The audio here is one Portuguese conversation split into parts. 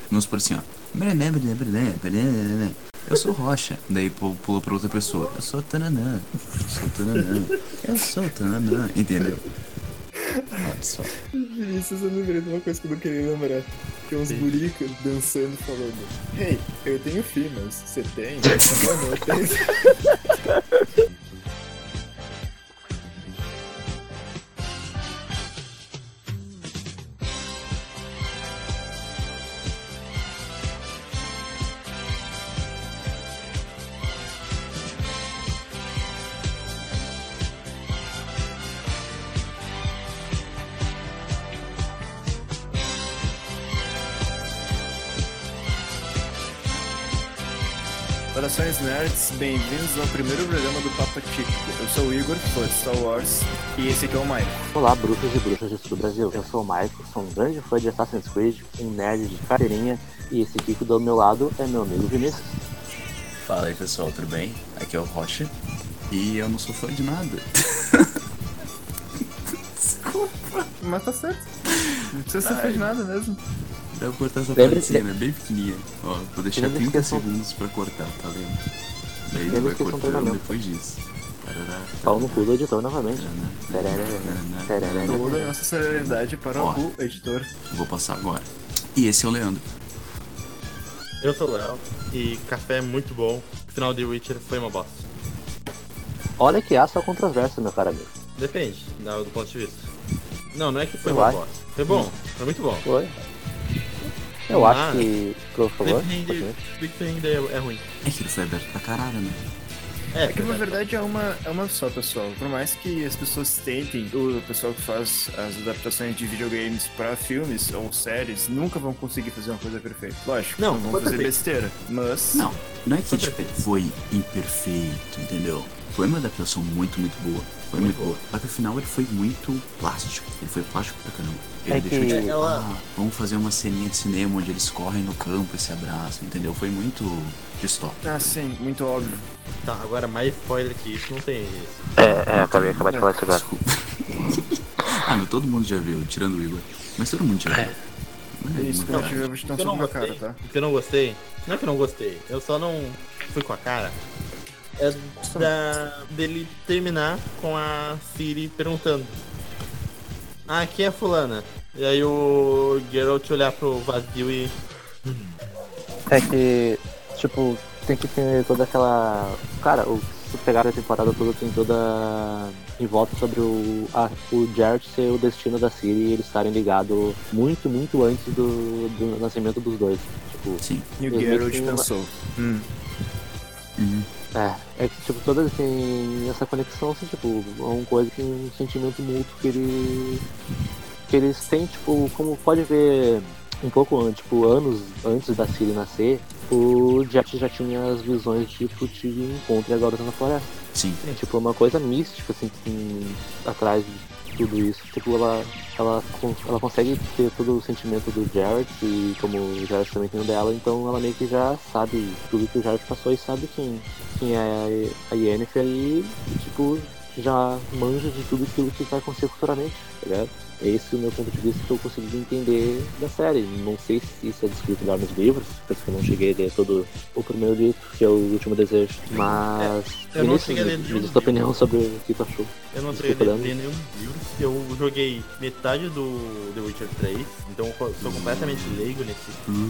Vamos por assim, ó. Eu sou Rocha. Daí pula pra outra pessoa. Eu sou Tananã. Eu sou Tananã. Eu sou Tananã. Entendeu? Olha só. Vinícius, eu lembrei de uma coisa que eu não queria lembrar. Que é uns guricas dançando falando: Hey, eu tenho filhos, você tem? Mano, eu tenho. Saudações nerds, bem-vindos ao primeiro programa do Papo Típico. Eu sou o Igor, fã de Star Wars, e esse aqui é o Mike. Olá, bruxos e bruxas de todo o Brasil. Eu sou o Mike, sou um grande fã de Assassin's Creed, um nerd de carteirinha, e esse aqui do meu lado é meu amigo Vinícius. Fala aí, pessoal, tudo bem? Aqui é o Rocha. E eu não sou fã de nada. Desculpa. Mas tá certo. Não precisa ser fã de nada mesmo. Dá pra cortar essa partezinha, né? Bem pequenininha. Ó, vou deixar 30 segundos pra cortar, tá vendo? Daí tu vai cortando depois disso. Pau no cu do editor novamente. Não muda a nossa seriedade para o editor. Vou passar agora. E esse é o Leandro. Eu sou o Léo, e café é muito bom. O final de Witcher foi uma bosta. Olha que há só controvérsia, meu caro amigo. Depende, do ponto de vista. Não é que foi Eu uma acho. bosta. Foi bom, foi muito bom. Foi. Eu acho que, por favor, ainda é ruim. É que ele foi aberto pra caralho, né? É que na verdade é uma só, pessoal. Por mais que as pessoas tentem, o pessoal que faz as adaptações de videogames pra filmes ou séries nunca vão conseguir fazer uma coisa perfeita. Lógico, não vão fazer besteira, mas... Não é que tipo, foi imperfeito, entendeu? Foi uma adaptação muito, muito boa. Foi muito boa. Só que afinal ele foi muito plástico. Ele foi plástico pra caramba. Ele deixou tipo, vamos fazer uma ceninha de cinema onde eles correm no campo e se abraçam, entendeu? Foi muito distópico. Ah, sim, muito óbvio. Tá, agora mais spoiler que isso não tem isso. acabei de falar isso agora. Desculpa. Mas todo mundo já viu, tirando o Igor. Mas todo mundo já viu. Isso, quando eu tiver, vou te dar um soco na cara, tá? O que eu não gostei, não é que eu não gostei, eu só não fui com a cara. É dele terminar com a Ciri perguntando: quem é fulana? E aí o Geralt olhar pro vazio e... É que, tipo, tem que ter toda aquela... Cara, se pegar a temporada toda, tem toda em volta sobre o Geralt ser o destino da Ciri e eles estarem ligados muito, muito antes do nascimento dos dois. Tipo, sim. E o Geralt pensou. É que tipo, todas têm essa conexão, assim, tipo, é uma coisa que um sentimento mútuo que eles têm, tipo, como pode ver um pouco, tipo, anos antes da Ciri nascer, o Geralt já tinha as visões tipo, de encontro e agora tá na floresta. Sim. É tipo uma coisa mística, assim, que tem atrás de tudo isso. Tipo, ela consegue ter todo o sentimento do Geralt e como o Geralt também tem o dela, então ela meio que já sabe tudo que o Geralt passou e sabe quem é a Yennefer e, tipo, já manja de tudo aquilo que vai acontecer futuramente, tá ligado? Esse é o meu ponto de vista que eu consegui entender da série. Não sei se isso é descrito lá nos livros, porque eu não cheguei a ler todo o primeiro livro, que é o Último Desejo. Mas eu não cheguei a ler nenhum livro. Sua opinião sobre o que tu achou. Eu não cheguei a ler nenhum livro. Eu joguei metade do The Witcher 3, então eu sou completamente leigo nesse.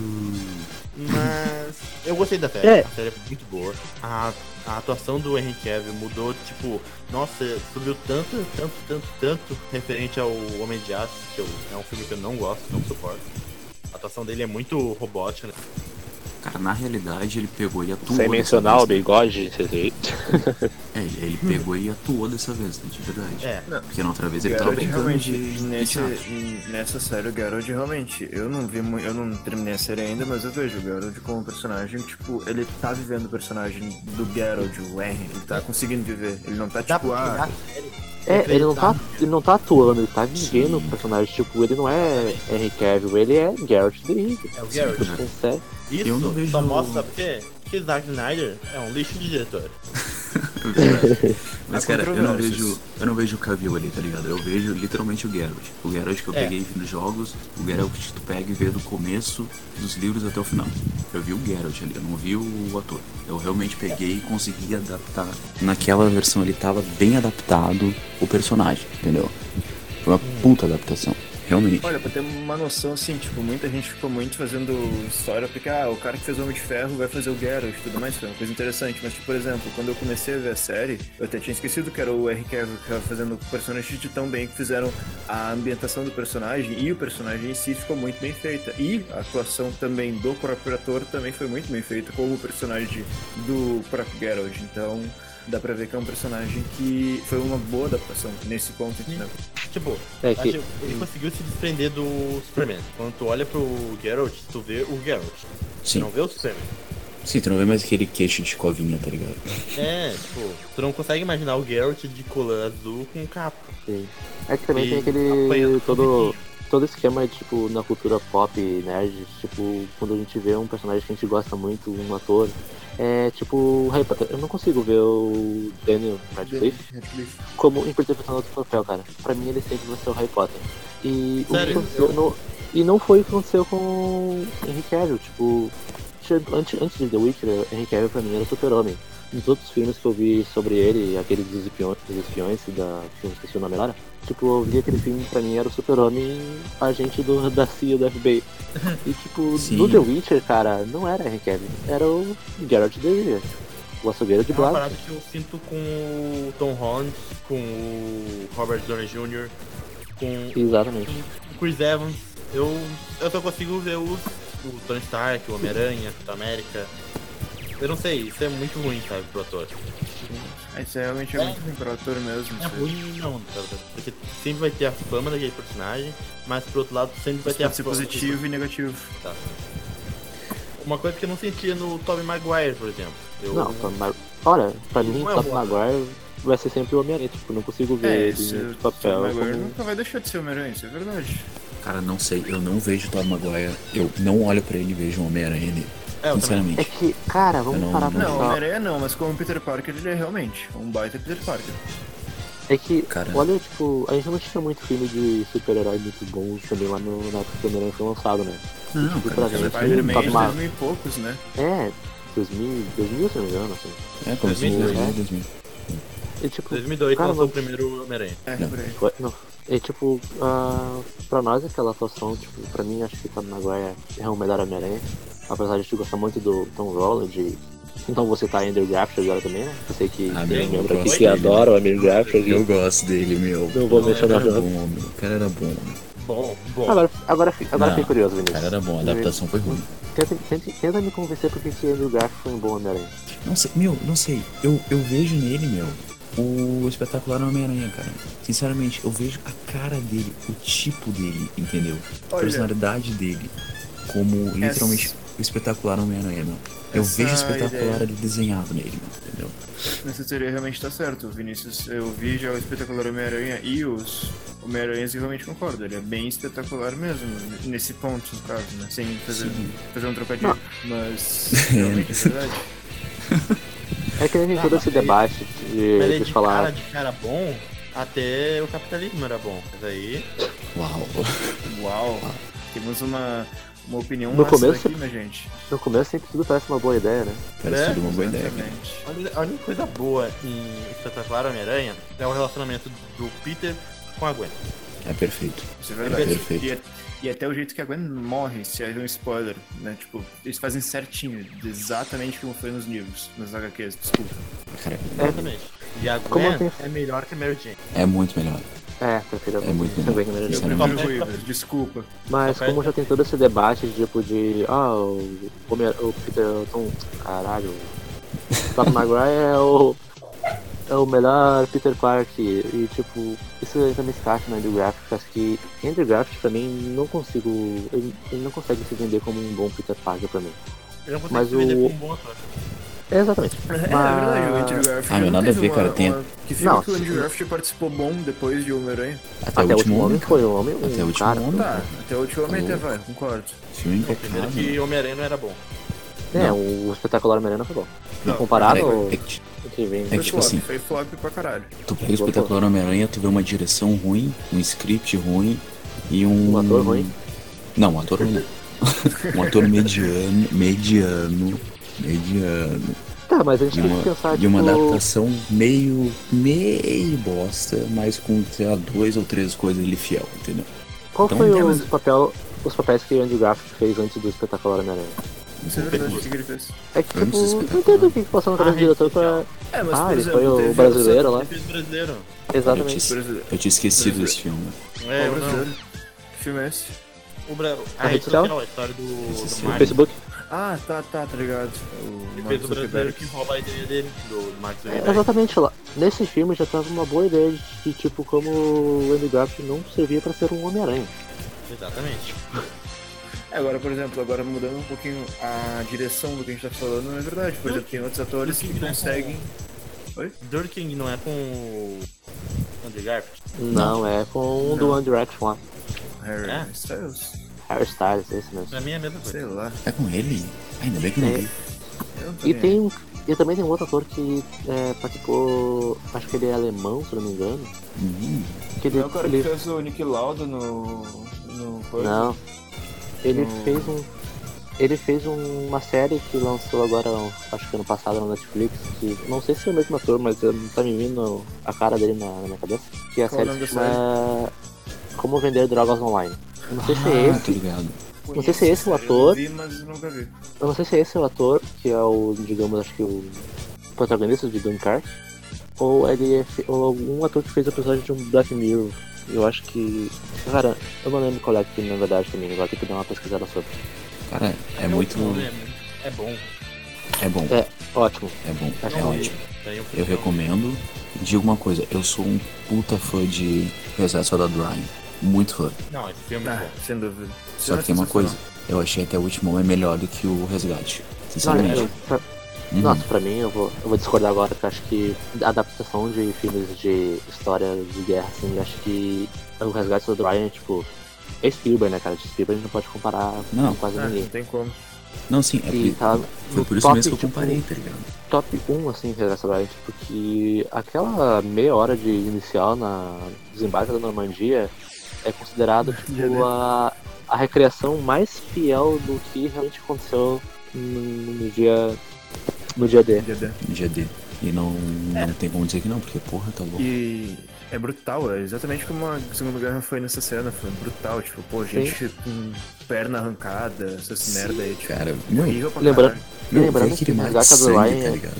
Mas eu gostei da série. A série é muito boa. A atuação do Henry Cavill mudou, tipo, nossa, subiu tanto referente ao Homem de Aço, que é um filme que eu não gosto, não suporto. A atuação dele é muito robótica, né? Cara, na realidade ele pegou e atuou. Sem mencionar o bigode, ele pegou e atuou dessa vez, né, de verdade. Porque na outra vez ele tava Geralt, brincando realmente, nessa série, o Geralt realmente, eu não terminei a série ainda, mas eu vejo o Geralt como personagem, tipo, ele tá vivendo o personagem do Geralt, o Henry, ele tá conseguindo viver, ele não tá tipo, ele não tá atuando, ele tá vivendo o personagem, tipo, ele não é Henry Cavill, ele é Geralt de Riv. É o Geralt. Eu não vejo... Só mostra, sabe por quê? Que Zack Snyder é um lixo de diretor. Mas, cara, eu não vejo o Cavill ali, tá ligado? Eu vejo literalmente o Geralt. O Geralt que eu peguei nos jogos, o Geralt que tu pega e vê do começo dos livros até o final. Eu vi o Geralt ali, eu não vi o ator. Eu realmente peguei e consegui adaptar. Naquela versão ele tava bem adaptado o personagem, entendeu? Foi uma puta adaptação. Realmente. Olha, pra ter uma noção, assim, tipo, muita gente ficou muito fazendo história porque, o cara que fez o Homem de Ferro vai fazer o Geralt e tudo mais, foi uma coisa interessante. Mas, tipo, por exemplo, quando eu comecei a ver a série, eu até tinha esquecido que era o Henry Cavill que tava fazendo o personagem de tão bem que fizeram a ambientação do personagem e o personagem em si ficou muito bem feita. E a atuação também do próprio ator também foi muito bem feita como o personagem do próprio Geralt. Então, dá pra ver que é um personagem que foi uma boa adaptação nesse ponto, entendeu? Tipo, ele conseguiu se desprender do Superman. Quando tu olha pro Geralt, tu vê o Geralt. Sim. Tu não vê o Superman. Sim, tu não vê mais aquele queixo de covinha, tá ligado? Tipo, tu não consegue imaginar o Geralt de colã azul com capa. Sim. É que também tem aquele todo esquema, tipo, na cultura pop, nerd, tipo, quando a gente vê um personagem que a gente gosta muito, um ator, tipo Harry Potter. Eu não consigo ver o Daniel Radcliffe como interpretando outro papel, cara. Pra mim ele sempre vai ser o Harry Potter. E não foi o que aconteceu com o Henry Cavill, tipo, antes de The Witcher, o Henry Cavill pra mim era o Super-Homem. Nos outros filmes que eu vi sobre ele, aquele dos espiões da filme, esqueci o nome agora, tipo, eu vi aquele filme, pra mim era o Super-Homem, agente da CIA, do FBI. E tipo, Sim. No The Witcher, cara, não era Henry Cavill, era o Geralt de Rivia, o açougueiro de É uma Blas. parada que eu sinto com o Tom Holland, com o Robert Downey Jr., com Exatamente. o Chris Evans. Eu só consigo ver o Tony Stark, o Homem-Aranha, a América. Eu não sei, isso é muito ruim, sabe, pro ator. Isso realmente é muito ruim pro ator mesmo. É ruim não, sabe? Porque sempre vai ter a fama daquele personagem, mas pro outro lado sempre vai ter a Pode ser fama positivo e negativo. Tá. Uma coisa que eu não sentia no Tobey Maguire, por exemplo. Olha, pra mim, Não é o Tobey ruim. Maguire vai ser sempre o Homem-Aranha, tipo, não consigo ver esse ele de papel. Maguire Como... nunca vai deixar de ser Homem-Aranha, isso é verdade. Cara, não sei, eu não vejo o Tobey Maguire, eu não olho pra ele e vejo um Homem-Aranha nele. Eu Sinceramente. É que, cara, vamos parar pra Não, pensar. Homem-Aranha não, mas como Peter Parker ele é realmente um baita Peter Parker. É que, Cara. olha, tipo, a gente não tinha muito filme de super-herói muito bons também lá na época que o Homem-Aranha foi lançado, né? Não, Tipo, cara, pra gente, Spider-Man Tobey de Ma- 2000 e poucos, né? 2000, se não me engano, assim. começou em 2000. E, tipo, 2002 cara, lançou o não- primeiro Homem-Aranha. Por aí. Não. E, tipo, pra nós aquela atuação, tipo, pra mim, acho que o Tobey Maguire é o melhor Homem-Aranha. Apesar de a gente gostar muito do Tom Holland. Então você tá Andrew Garfield agora também, né? Eu sei que tem membro eu aqui gosto que dele, adora o Andrew Garfield. Eu gosto dele, meu. Não vou mencionar cara era nada. bom, meu. O cara era bom. Bom. Agora fiquei curioso, O Vinícius. cara era bom, a adaptação foi ruim. Tenta me convencer porque que Andrew Garfield foi um bom Homem-Aranha. Não sei. Eu vejo nele, meu, o espetacular Homem-Aranha, cara. Sinceramente, eu vejo a cara dele, o tipo dele, entendeu? A Olha, personalidade dele, como literalmente o espetacular Homem-Aranha, meu. Eu essa vejo o espetacular ideia. ali desenhado nele, meu, entendeu? Nessa teoria realmente tá certo, Vinícius. Eu vi já o espetacular Homem-Aranha e os Homem-Aranhas e realmente concordo. Ele é bem espetacular mesmo, nesse ponto, no caso, né? Sem fazer um trocadilho. Mas realmente é verdade. É que a gente todo esse debate Mas ele de falar. de cara bom, até o capitalismo era bom. Mas aí... Uau. Uau! Temos uma opinião No massa começo- aqui, minha gente. No começo sempre tudo parece uma boa ideia, né? Parece tudo uma boa ideia, cara. Exatamente. A única coisa boa em Espetacular Homem-Aranha é o relacionamento do Peter com a Gwen. É perfeito. Isso é verdade. Perfeito. E até o jeito que a Gwen morre, se é um spoiler, né? Tipo, eles fazem certinho, exatamente como foi nos livros, nas HQs, desculpa. Cara, Exatamente. E a Como Gwen tem- é melhor que a Mary Jane. é muito melhor. Prefiro É muito também que melhor. Mary Eu Jane. Sinceramente. prefiro Ruiva, desculpa. Mas como já tem todo esse debate tipo de o Peter caralho, o Tobey Maguire é o melhor Peter Parker e tipo, isso aí também se encaixa no Andrew Garfield, acho que Andrew Garfield pra mim ele não consegue se vender como um bom Peter Parker pra mim. Ele não consegue Mas se vender o- como um bom ator. Exatamente. É verdade, o Andrew Garfield. Ah, meu, não nada a teve ver, cara, tem- Que filme Não, que o Andrew Garfield participou bom depois de Homem-Aranha? Até o último homem, foi o homem, Até o último cara. homem. Tá, até o último Homem Tá até vai, concordo. Filme Primeiro impecável. que Homem-Aranha não era bom. O Espetacular Homem-Aranha foi bom. Não, Comparado é ao que- que vem. É que, tipo assim, foi flop pra caralho. tu pega o Espetacular Homem-Aranha, tu vê uma direção ruim, um script ruim e um... Um ator ruim? Não, um ator ruim não. Um ator mediano. Tá, mas a gente E tem uma, que pensar, e uma tipo, adaptação meio bosta, mas com, sei lá, 2 ou 3 coisas ali fiel, entendeu? qual então, foi mas- os papéis que o Andrew Garfield fez antes do Espetacular Homem-Aranha? Isso é verdade, o que ele fez? É que, tipo, Antes do não Espetacular. entendo o que passou na cabeça do diretor pra... É, mas Ah, por ele exemplo, foi o teve brasileiro lá. Ele fez brasileiro. Exatamente. Eu tinha esquecido desse filme. É, Qual não. brasileiro? Que filme é esse? A rede rede social? social, a história do No Mark. Facebook. Ah, tá ligado. Ele O fez Mark o brasileiro Zuckerberg. que rouba a ideia dele, do Mark É, Zuckerberg. exatamente lá. Nesse filme já tava uma boa ideia de, tipo, como o Andrew Garfield não servia pra ser um Homem-Aranha. Exatamente. Agora, por exemplo, mudando um pouquinho a direção do que a gente tá falando, não é verdade. Por exemplo, tem outros atores que conseguem... Oi? Dirking não é com o Andrew Garfield? Não, é com o do One Direction lá. Harry É? Styles? Harry Styles, esse mesmo. Pra mim é a mesma coisa. Sei lá. É com ele? Ainda bem que não É. vi. Eu não tô E nem tem e também tem um outro ator que participou, acho que ele é alemão, se eu não me engano. Que aí. ele, Não, cara, que ele fez o Nick Lauda no coisa. não, ele No- fez uma série que lançou agora, acho que ano passado na Netflix, que não sei se é o mesmo ator, mas tá me vindo a cara dele na minha cabeça. Que a Qual o série nome se da chama Como Vender Drogas Online. Eu não sei se é Ah, esse. tô ligado. Não sei se é esse o Eu ator. vi, mas nunca vi. Eu não sei se esse é o ator, que é o, digamos, acho que o protagonista de Dunkirk, ou ele é ou algum ator que fez o episódio de um Black Mirror. Eu acho que. Cara, eu não lembro qual é que na verdade também, agora tem que dar uma pesquisada sobre. Cara, é muito... É bom. É bom, É, ótimo. é bom, Acho é que ótimo. Tem um Eu filme. recomendo. Digo uma coisa, eu sou um puta fã de Resgate do Soldado Ryan. Muito fã. Não, esse filme é Ah, bom. sem dúvida. Só que tem uma coisa, eu achei até o último homem melhor do que o Resgate. Sinceramente. Uhum. Nossa, pra mim, eu vou discordar agora, porque eu acho que a adaptação de filmes de história de guerra, assim, eu acho que o Resgate do Ryan, tipo, é Spielberg, né, cara? De Spielberg não pode comparar Não. com quase Não ninguém. tem como. Não, sim, é E por, tá foi no por isso top, mesmo que eu tipo, comparei, tá ligado? top 1, assim, Resgate do Ryan, tipo, que aquela meia hora de inicial na desembarque da Normandia é considerado, tipo, a recriação mais fiel do que realmente aconteceu no dia D. No dia D. E não tem como dizer que não, porque porra, tá louco. E é brutal, é exatamente como a Segunda Guerra foi nessa cena, foi brutal, tipo, pô, gente com perna arrancada, essas merda aí, tipo, Cara, meu, horrível pra Lembrando- caralho. lembrando vê aquele que mar de Resgate do sangue, Ryan tá é- ligado?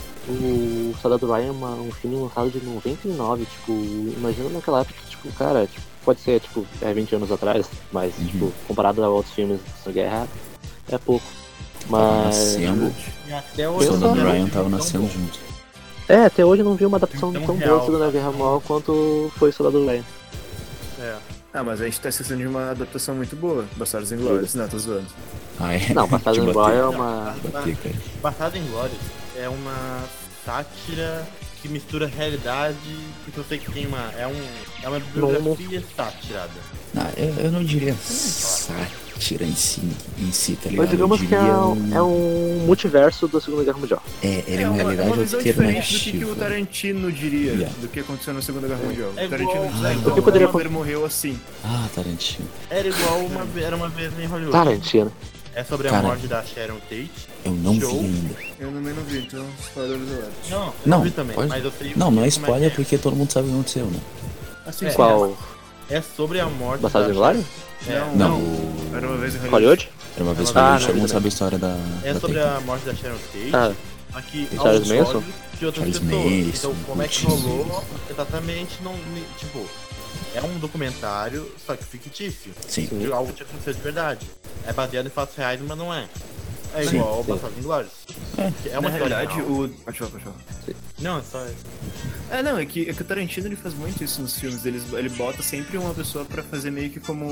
O Soldado Ryan é um filme lançado de 99, tipo, imagina naquela época, tipo, cara, tipo, pode ser, tipo, 20 anos atrás, mas, tipo, comparado a outros filmes da guerra, é pouco. Mas, Nascendo, E até o hoje Eu Soldado só- Ryan tava tão nascendo bom. junto. até hoje eu não vi uma adaptação Tão tão boa real. da Segunda Guerra Mundial quanto foi o Soldado Ryan. É. Ah, mas a gente tá esquecendo de uma adaptação muito boa, Bastardos Inglórios. Não, tô zoando. Ah, é. Não, Bastardos Te Inglórios é bater. uma... Bater, cara. Bastardo em Glórias é uma sátira que mistura realidade, porque eu sei que tem uma. É uma biografia sátirada. Ah, eu não diria sátira em si, tá ligado? Mas digamos eu que diria é um multiverso da Segunda Guerra Mundial. Ele é uma realidade visão diferente do que o alternativa. Tarantino diria Yeah. do que aconteceu na Segunda Guerra Mundial. É O Tarantino igual- diz, Ah, então, o que poderia o Hitler morreu assim. Ah, Tarantino. Era igual era uma vez em Hollywood. Tarantino. É sobre a Cara. morte da Sharon Tate. Eu não vi Show. ainda. Eu também não vi, então spoiler alert. Não, eu Não, vi também, pode- mas eu sei. Não é como é spoiler que porque todo mundo sabe o que aconteceu, né? Assim, É. Qual? é sobre a morte Bastardos da Inglórios? Sharon- Não, Era uma vez em Hollywood? era uma vez que Ah, eu não, todo mundo não. sabe a história da. É da sobre Tate. a morte da Sharon Tate. Ah, Aqui E aos Charles Manson? olhos de outras Charles pessoas. Manson, Então, como é que putz. rolou exatamente, não, tipo, é um documentário, só que fictício. Sim. De algo que aconteceu de verdade. É baseado em fatos reais, mas não é. É Sim, igual ao sim. Bastardos Inglórios. É Na uma história realidade, real. Pode falar. Não, é só. Não, é que o Tarantino ele faz muito isso nos filmes. Ele bota sempre uma pessoa pra fazer meio que como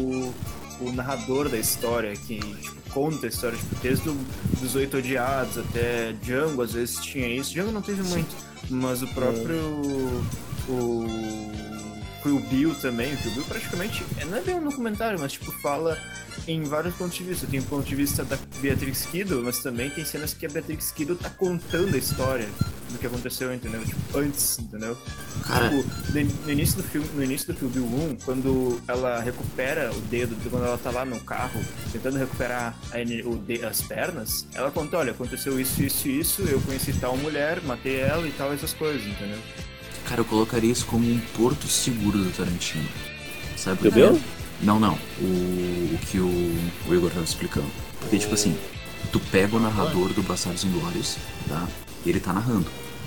o narrador da história, que tipo, conta a história, tipo, desde dos Oito Odiados até Django, às vezes tinha isso. Django não teve muito, mas o próprio. Kill Bill também. O Kill Bill praticamente não é bem um documentário, mas tipo, fala em vários pontos de vista. Tem o ponto de vista da Beatrix Kiddo, mas também tem cenas que a Beatrix Kiddo tá contando a história do que aconteceu, entendeu? Tipo, antes, entendeu? Cara, Tipo, no início do Kill Bill 1, quando ela recupera o dedo, quando ela tá lá no carro, tentando recuperar as pernas, ela conta, olha, aconteceu isso, eu conheci tal mulher, matei ela e tal, essas coisas, entendeu? cara, eu colocaria isso como um porto seguro do Tarantino. Sabe por quê? Entendeu? Não. O que o Igor tava explicando. Porque, tipo assim, tu pega o narrador do Bastardos Inglórios, tá? E ele tá narrando.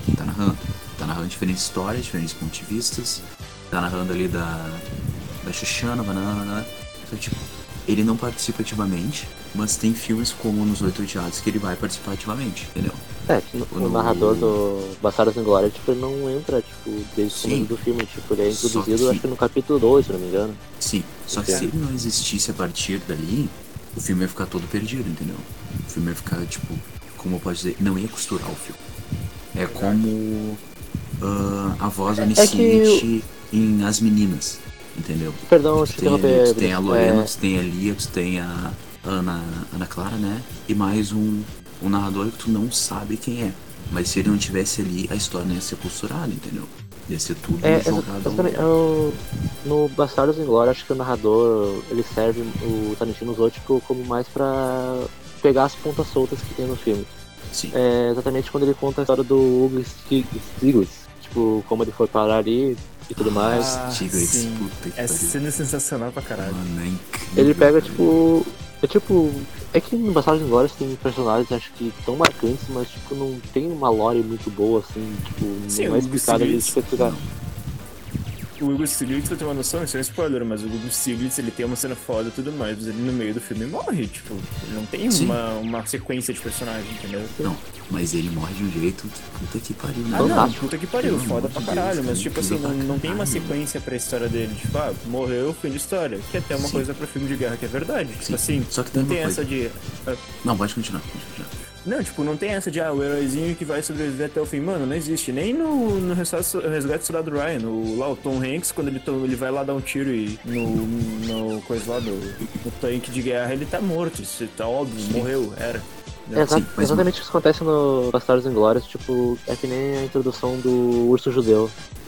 Tá narrando diferentes histórias, diferentes pontos de vistas. Tá narrando ali da Xuxana, banana. Então, tipo, ele não participa ativamente, mas tem filmes como nos 8 Odiados que ele vai participar ativamente, entendeu? O narrador do Bastardos Inglórios, tipo, ele não entra, tipo, desde o começo do filme, tipo, ele é introduzido, acho que no capítulo 2, se não me engano. Sim, só que se ele não existisse a partir dali, o filme ia ficar todo perdido, entendeu? O filme ia ficar, tipo, como eu posso dizer, não ia costurar o filme. É como a voz onisciente em As Meninas, entendeu? Perdão, te interromper. Tu tem a Lorena, tu tem a Lia, tu tem a Ana Clara, né? E mais um narrador que tu não sabe quem é. Mas se ele não tivesse ali, a história não ia ser costurada, entendeu? Ia ser tudo jogado. No Bastardos Inglórios, acho que o narrador, ele serve, o Tarantino usou, tipo, como mais pra pegar as pontas soltas que tem no filme. Sim. É exatamente quando ele conta a história do Hugo Stiglitz, tipo, como ele foi parar ali e tudo mais. Stiglitz, puta que essa cena é sensacional pra caralho. Mano, é incrível. Ele pega, tipo... É que no Bastardos Inglórios tem personagens, acho que tão marcantes, mas, tipo, não tem uma lore muito boa, assim, tipo, sim, não é explicado ali, tipo, explicar. O Hugo Stiglitz, pra ter uma noção, isso é um spoiler, mas o Hugo Stiglitz, ele tem uma cena foda e tudo mais, mas ele no meio do filme morre, tipo, ele não tem uma sequência de personagem, entendeu? Não, mas ele morre de um jeito que puta que pariu, né? Não, puta que pariu, Pelo foda amor pra de caralho, Deus, mas tipo assim, incrível pra não tem uma caralho. sequência pra história dele, tipo, morreu, fim de história, que é até uma Sim. coisa pra filme de guerra que é verdade, tipo Sim. assim, Só que tem não uma tem coisa. essa de... Não, pode continuar. Não, tipo, não tem essa de, o heróizinho que vai sobreviver até o fim. Mano, não existe. Nem no Resgate do Soldado Ryan, o Tom Hanks, quando ele vai lá dar um tiro e no coisa lá no tanque de guerra, ele tá morto. Isso tá óbvio, morreu, era. Sim, mas- Exatamente o que acontece no Bastardos Inglórios, tipo, é que nem a introdução do Urso Judeu.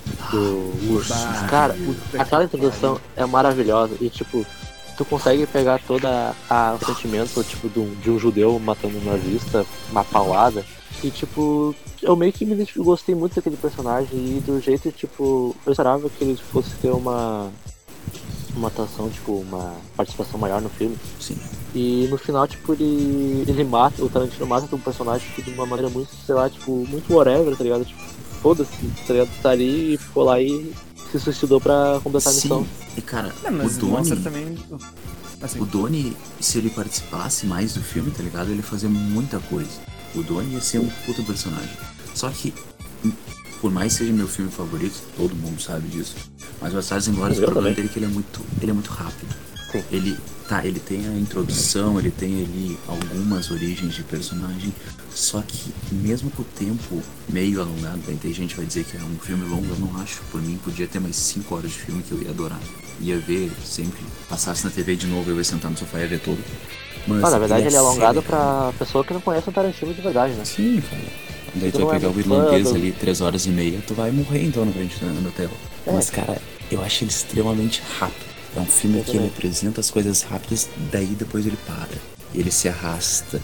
Do Urso. Cara, aquela introdução é maravilhosa e, tipo, tu consegue pegar toda o sentimento, tipo, de um judeu matando um nazista, uma paulada. E, tipo, eu meio que gostei muito daquele personagem e do jeito, tipo, eu esperava que ele fosse ter uma atuação, tipo, uma participação maior no filme. Sim. E no final, tipo, ele mata, o Tarantino mata o personagem tipo, de uma maneira muito, sei lá, tipo, muito whatever, tá ligado? Tipo, foda-se, tá ligado? Tá ali e ficou lá e se suicidou pra completar a missão. Sim, e cara, Mas o mostra Donnie, também... Assim, o Donnie, se ele participasse mais do filme, tá ligado? Ele fazia muita coisa. O Donnie ia ser um puta personagem. Só que, por mais seja meu filme favorito, todo mundo sabe disso, mas o Bastardos Inglórios, o problema dele é que ele é muito rápido. Sim. Ele tem a introdução, ele tem ali algumas origens de personagem, só que mesmo com o tempo meio alongado, tem gente que vai dizer que é um filme longo, eu não acho. Por mim, podia ter mais 5 horas de filme que eu ia adorar. Ia ver sempre, passasse na TV de novo, eu ia sentar no sofá e ia ver todo. Mas Na verdade, ele é alongado sério, pra pessoa que não conhece o Tarantino de verdade, né? Sim, cara. Daí tu não vai é pegar o muito irlandês fã do- ali, 3 horas e meia, tu vai morrer então na frente da tela. Mas, cara, eu acho ele extremamente rápido. É um filme que ele apresenta as coisas rápidas, daí depois ele para. Ele se arrasta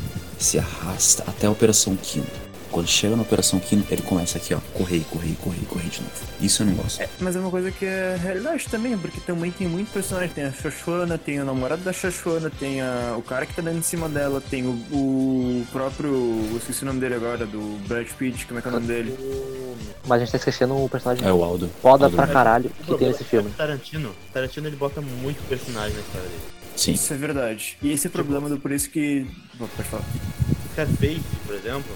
até a Operação Kino. Quando chega na Operação Kino, ele começa aqui, ó, correr de novo. Isso eu não gosto. mas é uma coisa que é realidade também, porque também tem muito personagem. Tem a Shoshana, tem o namorado da Shoshana, tem o cara que tá dando em cima dela, tem o próprio... Eu esqueci o nome dele agora, do Brad Pitt, como é que é o nome dele? Mas a gente tá esquecendo um personagem É o Aldo. foda Aldo pra Brad. caralho que tem nesse filme. Tarantino ele bota muito personagem na história dele. Sim. Isso é verdade. E esse é o problema do por isso que... Pode falar. Scarface, por exemplo,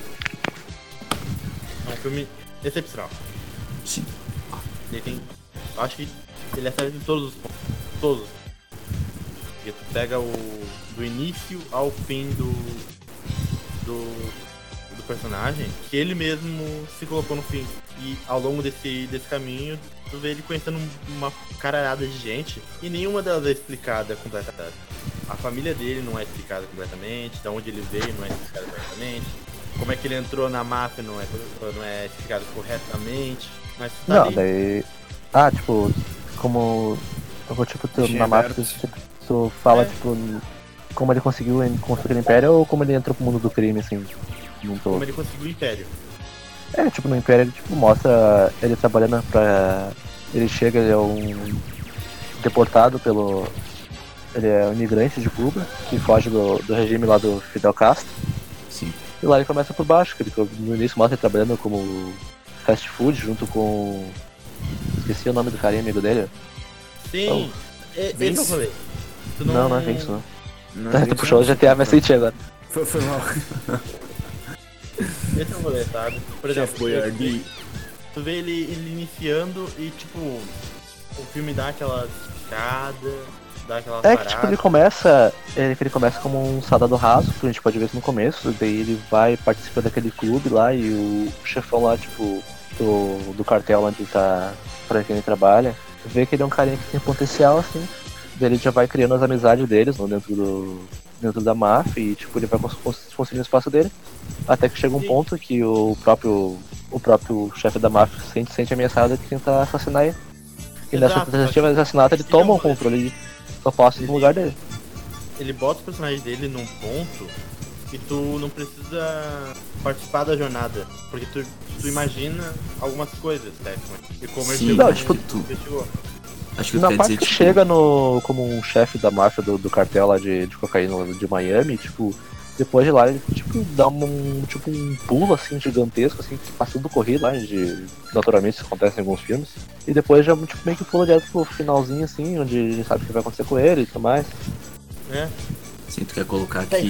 é um filme excepcional. Sim. Ele tem... Eu acho que ele acerta em todos os pontos. Todos. Porque tu pega do início ao fim do personagem que ele mesmo se colocou no fim. E ao longo desse caminho, tu vê ele conhecendo uma caralhada de gente e nenhuma delas é explicada completamente. A família dele não é explicada completamente, de onde ele veio não é explicada completamente, como é que ele entrou na máfia não é explicado corretamente, mas tá Não, ali. daí. Ah, tipo, como. Tipo, na máfia, tu fala, tipo, como ele conseguiu construir o Império ou como ele entrou pro mundo do crime, assim, num todo? Como ele conseguiu o Império. Tipo, no Império ele, tipo, mostra ele trabalhando pra... Ele chega, ele é um deportado pelo... Ele é um imigrante de Cuba, que foge do regime lá do Fidel Castro. Sim. E lá ele começa por baixo, que ele, no início mostra ele trabalhando como fast food, junto com... Esqueci o nome do carinha amigo dele. Sim, esse eu falei. Não é Vince, não. Tu puxou o GTA vai sentir agora. Foi mal. Esse eu falei, sabe? Por exemplo, tu vê ele iniciando e, tipo, o filme dá aquela escada, dá aquela parada. Que, tipo, ele começa como um soldado raso, que a gente pode ver isso no começo, daí ele vai participar daquele clube lá e o chefão lá, tipo, do cartel onde ele tá, pra quem ele trabalha, vê que ele é um carinha que tem potencial, assim, daí ele já vai criando as amizades deles dentro da máfia e, tipo, ele vai conseguindo o espaço dele, até que chega um ponto que o próprio chefe da máfia se sente ameaçado e tenta assassinar ele. E nessa tentativa de assassinato ele toma o controle da posse no lugar dele. Ele bota o personagem dele num ponto que tu não precisa participar da jornada, porque tu imagina algumas coisas, né? E como ele Sim, não, tipo, acho que na quer parte dizer, que tipo... chega como um chefe da máfia do cartel lá de cocaína de Miami, tipo, depois de lá ele tipo, dá um pulo assim gigantesco, assim, que passa tudo corrido lá, naturalmente isso acontece em alguns filmes. E depois já tipo, meio que pula direto pro finalzinho assim, onde a gente sabe o que vai acontecer com ele e tudo mais. Sim, tu quer colocar que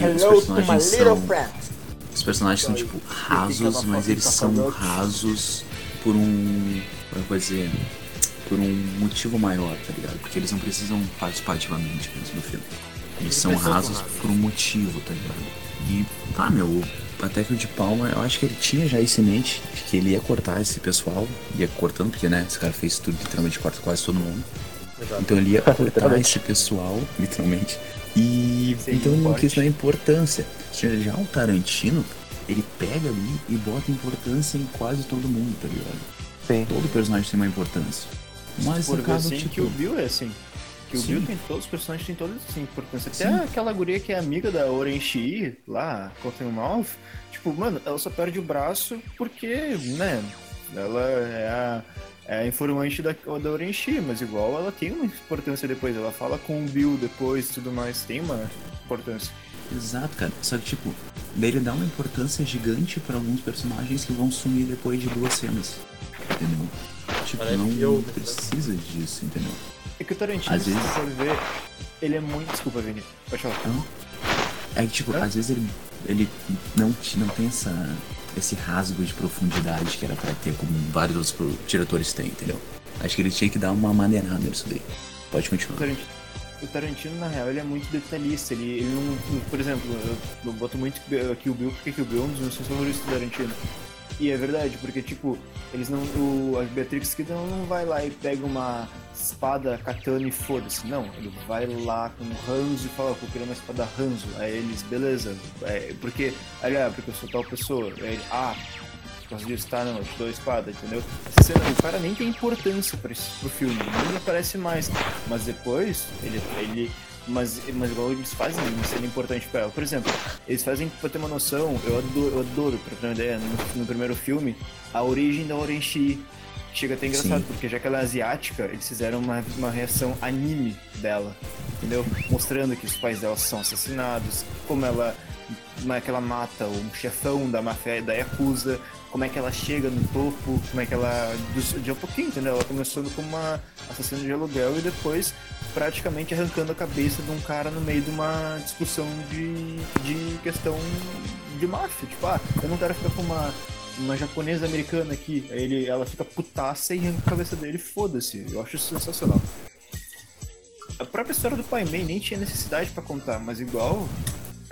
os personagens são tipo rasos, mas eles são rasos por um... como eu vou dizer... por um motivo maior, tá ligado? Porque eles não precisam participar ativamente mesmo do filme. Eles são rasos por um motivo, tá ligado? E, até que o de Palma, eu acho que ele tinha já isso em mente, de que ele ia cortar esse pessoal, ia cortando, porque, né, esse cara fez tudo, literalmente corta quase todo mundo. Exato. Então ele ia cortar esse pessoal, literalmente, e então ele não quis dar importância. Já o Tarantino, ele pega ali e bota importância em quase todo mundo, tá ligado? Sim. Todo personagem tem uma importância. Mas por no caso, assim, tipo... que o Bill é assim. Que o Sim. Bill tem todos os personagens, tem toda essa importância. Até Sim. aquela guria que é amiga da Orenchi, lá, Cottonmouth, tipo, mano, ela só perde o braço porque, né, ela é a informante da Orenchi, mas igual ela tem uma importância depois. Ela fala com o Bill depois e tudo mais, tem uma importância. Exato, cara. Só que, tipo, daí ele dá uma importância gigante pra alguns personagens que vão sumir depois de 2 cenas. Entendeu? Tipo, Parece não precisa disso, entendeu? É que o Tarantino, Às se vezes... você for ver, ele é muito... Desculpa, Vini, pode falar. Não? É que, tipo, às vezes ele não tem esse rasgo de profundidade que era pra ter, como vários outros diretores têm, entendeu? Acho que ele tinha que dar uma maneirada nisso daí. Pode continuar. O Tarantino, na real, ele é muito detalhista. Ele não... Por exemplo, eu boto muito aqui o Bill, porque o Bill é um dos meus favoritos do Tarantino. E é verdade, porque, tipo, eles não... A Beatrix Kiddo não vai lá e pega uma espada katana e foda-se. Não, ele vai lá com o Hanzo e fala, pô, eu queria uma espada Hanzo. Aí eles, beleza. Porque eu sou tal pessoa. Aí ele, por causa disso, tá, não, eu te dou a espada, entendeu? Essa cena, o cara nem tem importância pro filme, nem aparece mais. Mas depois, Mas igual eles fazem uma cena importante pra ela. Por exemplo, eles fazem, pra ter uma noção, eu adoro, pra ter uma ideia, no primeiro filme, a origem da Orenchi. Chega até engraçado, Sim. porque já que ela é asiática, eles fizeram uma reação anime dela, entendeu? Mostrando que os pais dela são assassinados, como é que ela mata o chefão da máfia, da Yakuza, como é que ela chega no topo, como é que ela... De um pouquinho, entendeu? Ela começou como uma assassina de aluguel e depois praticamente arrancando a cabeça de um cara no meio de uma discussão de questão de máfia. Tipo, eu não quero ficar com uma japonesa americana aqui. Aí ela fica putaça e arranca a cabeça dele, foda-se. Eu acho isso sensacional. A própria história do Pai Mei nem tinha necessidade pra contar, mas igual...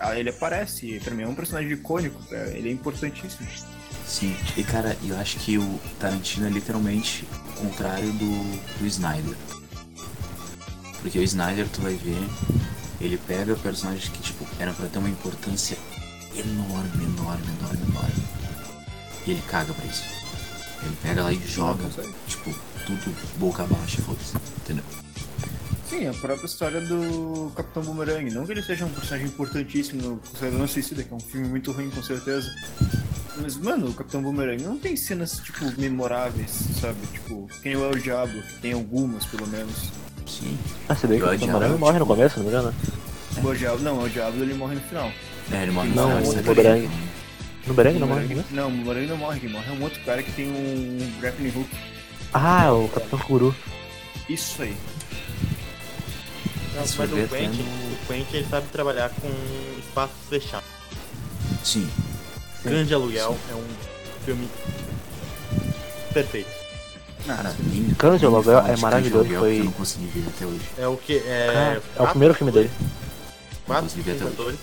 ele aparece, e pra mim é um personagem icônico, ele é importantíssimo. Sim, e cara, eu acho que o Tarantino é literalmente o contrário do Snyder. Porque o Snyder, tu vai ver, ele pega personagens que, tipo, eram pra ter uma importância enorme. E ele caga pra isso. Ele pega lá e joga, tipo, tudo boca abaixo e foda-se, entendeu? Sim, a própria história do Capitão Boomerang. Não que ele seja um personagem importantíssimo no Esquadrão Suicida, que é um filme muito ruim, com certeza. Mas, mano, o Capitão Boomerang não tem cenas, tipo, memoráveis, sabe? Tipo, quem é o El Diablo, que tem algumas, pelo menos. Sim. Você vê que o Capitão Boomerang morre no começo, não me engano? O Diablo, não, o Diablo ele morre no final. Ele morre no Não, final, o né? Boomerang. No Boomerang não morre, né? Não, o Boomerang não morre, quem morre é um outro cara que tem um grappling hook. Ah, o Capitão Kuru. Isso aí. Não, mas o Quentin ele sabe trabalhar com espaços fechados. Sim. Grande Aluguel é um filme perfeito. Cara, Cães de Aluguel é maravilhoso, foi... Eu não consegui ver até hoje. É o que? É o primeiro filme dele. 4 atores.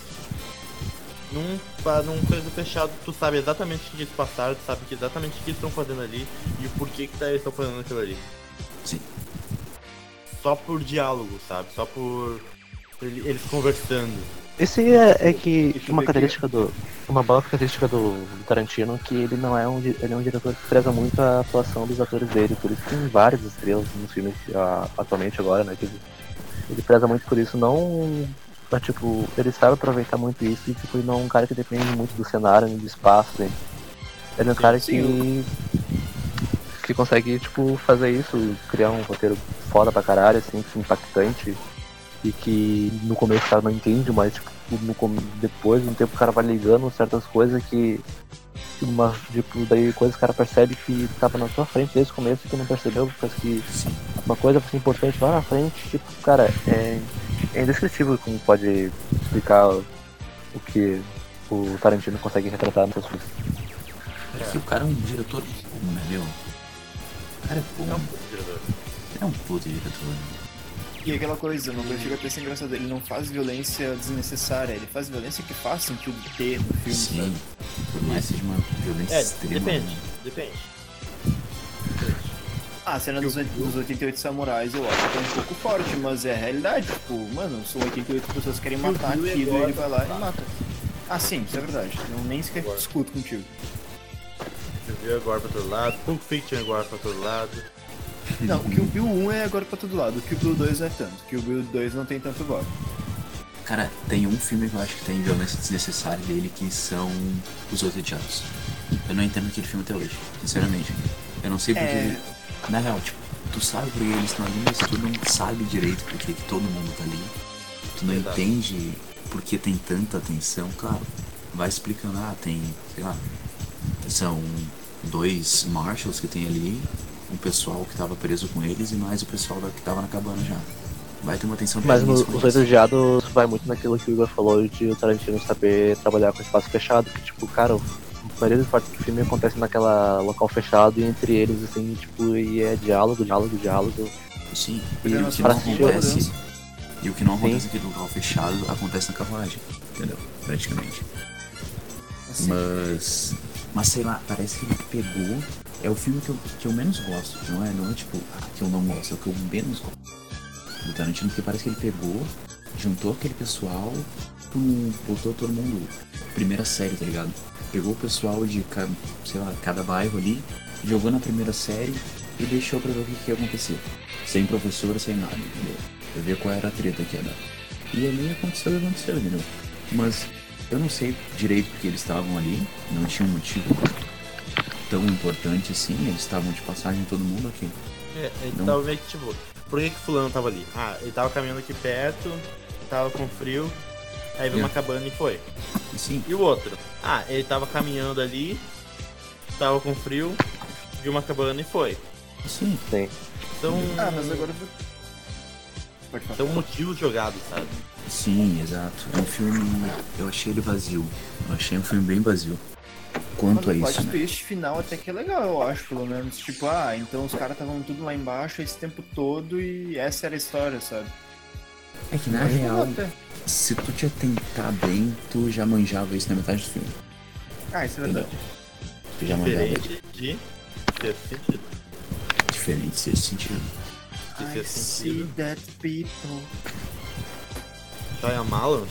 Num coisa fechado, tu sabe exatamente o que eles passaram, tu sabe exatamente o que eles estão fazendo ali e o porquê que eles estão fazendo aquilo ali. Sim. Só por diálogo, sabe? Só por eles conversando. Esse é que uma boa característica do Tarantino, que ele não é ele é um diretor que preza muito a atuação dos atores dele, por isso tem várias estrelas nos filmes atualmente agora, né? Que ele preza muito por isso, não. Mas, tipo, ele sabe aproveitar muito isso e tipo, ele não é um cara que depende muito do cenário nem do espaço, né? Ele é um cara que consegue, tipo, fazer isso, criar um roteiro foda pra caralho, assim, impactante. E que no começo o cara não entende, mas tipo, depois de um tempo o cara vai ligando certas coisas que daí coisas que o cara percebe que tava na sua frente desde o começo e que não percebeu, porque que uma coisa fosse importante lá na frente, tipo, cara, é indescritível como pode explicar o que o Tarantino consegue retratar nessas coisas. É que o cara é um diretor bom, né, meu? O cara é bom. É um puto diretor. É um puto diretor. E aquela coisa, uma coisa chega até ser engraçada, ele não faz violência desnecessária, ele faz violência que faz sentido ter no filme, Sim, sabe? por mais que seja uma violência extrema. Depende. A cena dos 88 samurais eu acho que é um pouco forte, mas é a realidade, tipo, mano, são 88 pessoas que querem matar aquilo e ele vai lá e mata. Ah, sim, isso é verdade, eu nem sequer discuto contigo. Você viu agora pra todo lado, Pulp Fiction agora pra todo lado. Não, o Kill Bill 1 é agora pra todo lado, o Kill Bill 2 não é tanto, o Kill Bill 2 não tem tanto gore. Cara, tem um filme que eu acho que tem violência desnecessária dele, que são Os Oito Odiados. Eu não entendo aquele filme até hoje, sinceramente. Eu não sei porque... Na real, tipo, tu sabe porque eles estão ali, mas tu não sabe direito porque que todo mundo tá ali. Tu não entende porque tem tanta atenção. Claro, vai explicando, tem, sei lá, são 2 marshals que tem ali, um pessoal que tava preso com eles e mais o pessoal que tava na cabana já. Vai ter uma atenção. Mas Os Oito Odiados vai muito naquilo que o Igor falou de o Tarantino saber trabalhar com espaço fechado, que tipo, cara, a maioria das partes do filme acontece naquela local fechado e entre eles, assim, tipo, e é diálogo. Sim, e o que não acontece. E o que não acontece aqui no local fechado acontece na carruagem, entendeu? Praticamente. Assim. Mas sei lá, parece que ele pegou. É o filme que eu menos gosto, não é tipo, que eu não gosto, é o que eu menos gosto do Tarantino, porque parece que ele pegou, juntou aquele pessoal, botou todo mundo, primeira série, tá ligado? Pegou o pessoal de, sei lá, cada bairro ali, jogou na primeira série e deixou pra ver o que ia acontecer. Sem professor, sem nada, entendeu? Pra ver qual era a treta que ia dar. E ali aconteceu, entendeu? Mas eu não sei direito porque eles estavam ali, não tinha um motivo tão importante assim, eles estavam de passagem todo mundo aqui. Ele tava meio que tipo, por que fulano tava ali? Ele tava caminhando aqui perto, tava com frio, aí viu uma cabana e foi. Sim. E o outro? Ele tava caminhando ali, tava com frio, viu uma cabana e foi. Sim. Então... mas agora... São motivos jogados, sabe? Sim, exato. É um filme... Eu achei ele vazio. Eu achei um filme bem vazio. Quanto a isso, o plot twist final até que é legal, eu acho, pelo menos. Tipo, então os caras estavam tudo lá embaixo esse tempo todo e essa era a história, sabe? É que na real... se tu te atentar bem, tu já manjava isso na metade do filme. Ah, isso é verdade. Tu já manjava Diferente de ter sentido. diferente desse sentido. De ter sentido. that people. Shyamalan,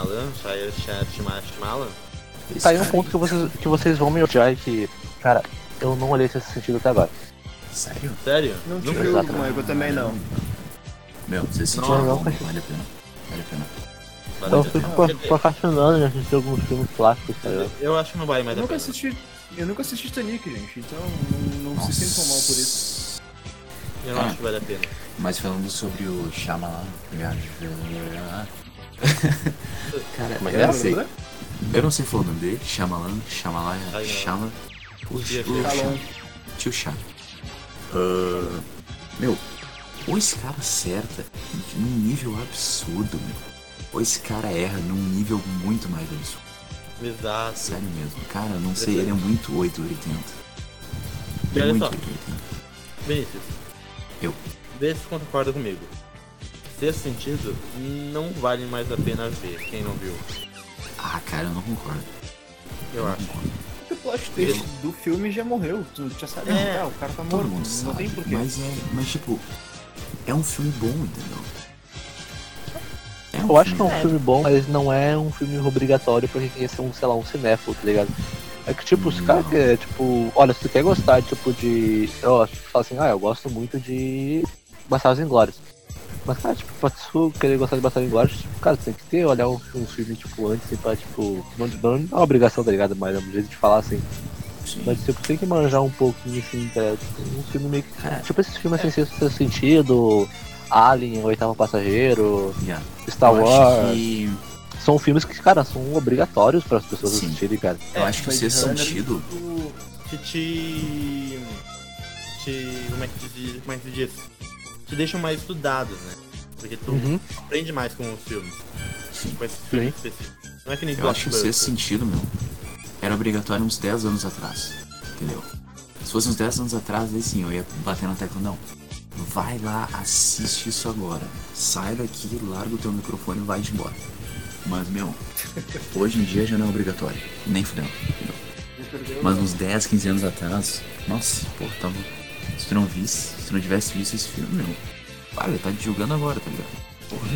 Tá aí um ponto que vocês vão me odiar e que, cara, eu não olhei esse sentido até agora. Sério? Sério? Não Nunca tive Exatamente. uma, eu também não. Meu, você sentiu Não, não, vale a pena. Vale a pena. vale Eu a pena. fico procrastinando de assistir alguns filmes clássicos, tá ligado? Eu acho que não vale mais Eu a pena. nunca assisti Titanic, gente, então não se sintam mal por isso. Eu não acho que vale a pena. Mas falando sobre o Shyamalan, ligado? Cara, Como é que eu é? não sei. Eu não sei falar o nome dele. Shyamalan, Ai, não. Shyamalan. Podia O ser. Shalom. Tio Chá. Meu, ou esse cara acerta num nível absurdo, meu. Ou esse cara erra num nível muito mais absurdo. Exato. Sério mesmo. Cara, eu não sei, ele é muito 880. E Ele é olha muito só. 880. Vinícius. Eu. Vê se concorda comigo. Sexto sentido não vale mais a pena ver, quem não viu. Ah, cara, eu não concordo. Eu acho. O plot twist do filme já morreu, tu já sabe, o cara tá Todo morto, mundo não sabe. tem porquê. Mas tipo, é um filme bom, entendeu? Eu acho que é um filme bom, mas não é um filme obrigatório pra quem quer ser sei lá, um cinéfilo, tá ligado? É que, tipo, se o cara quer, tipo, olha, se tu quer gostar, tipo, de. Eu falo assim, eu gosto muito de Bastardos Inglórios. Mas, cara, tipo, pra tu querer gostar de Bastardos Inglórios, tipo, cara, tu tem que ter, olhar um filme, tipo, antes, assim, pra, tipo, não é uma obrigação, tá ligado? Mas é um jeito de falar, assim. Sim. Mas, tipo, tem que manjar um pouquinho, assim, tá? Um filme meio que. Tipo, esses filmes sem sexto sentido, Alien, O Oitavo Passageiro, Yeah. Star Eu acho Wars. que. São filmes que, cara, são obrigatórios para as pessoas Sim. assistirem, cara. Eu acho que o Blade sexto Runner, sentido. Como é que se diz? Te deixam mais estudados, né? Porque tu Uhum. aprende mais com os filmes. Sim. Com esses filmes específicos. Não é que nem Eu acho que o Blockbuster. sexto sentido, meu, era obrigatório uns 10 anos atrás. Entendeu? Se fosse uns 10 anos atrás, aí sim, eu ia bater na tecla, não. Vai lá, assiste isso agora. Sai daqui, larga o teu microfone e vai embora. Mas, meu, hoje em dia já não é obrigatório. Nem fudendo, entendeu? Mas uns 10, 15 anos atrás, nossa, pô, tava. Se tu não visse, se tu não tivesse visto esse filme, meu, para, tá te julgando agora, tá ligado? Porra.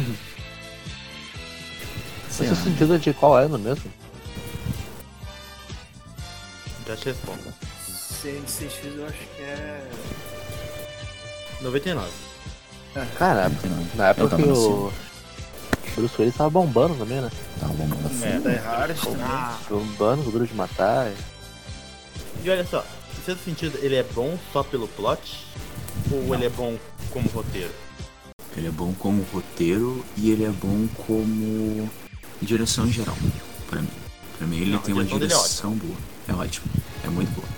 Sei Esse lá. sentido é de qual ano mesmo? Já te respondo. CX eu acho que é... 99. Cara, na época Eu tava que no o Bruce Willis tava bombando também, né? Tá bom, manda É, Die Hard também. Bombando, com o Duro de Matar. E olha só, o sexto sentido, ele é bom só pelo plot? Ou ele é bom como roteiro? Ele é bom como roteiro e ele é bom como direção em geral, pra mim. Pra mim ele Não, tem a uma direção dele é direção boa. É ótimo, é muito boa.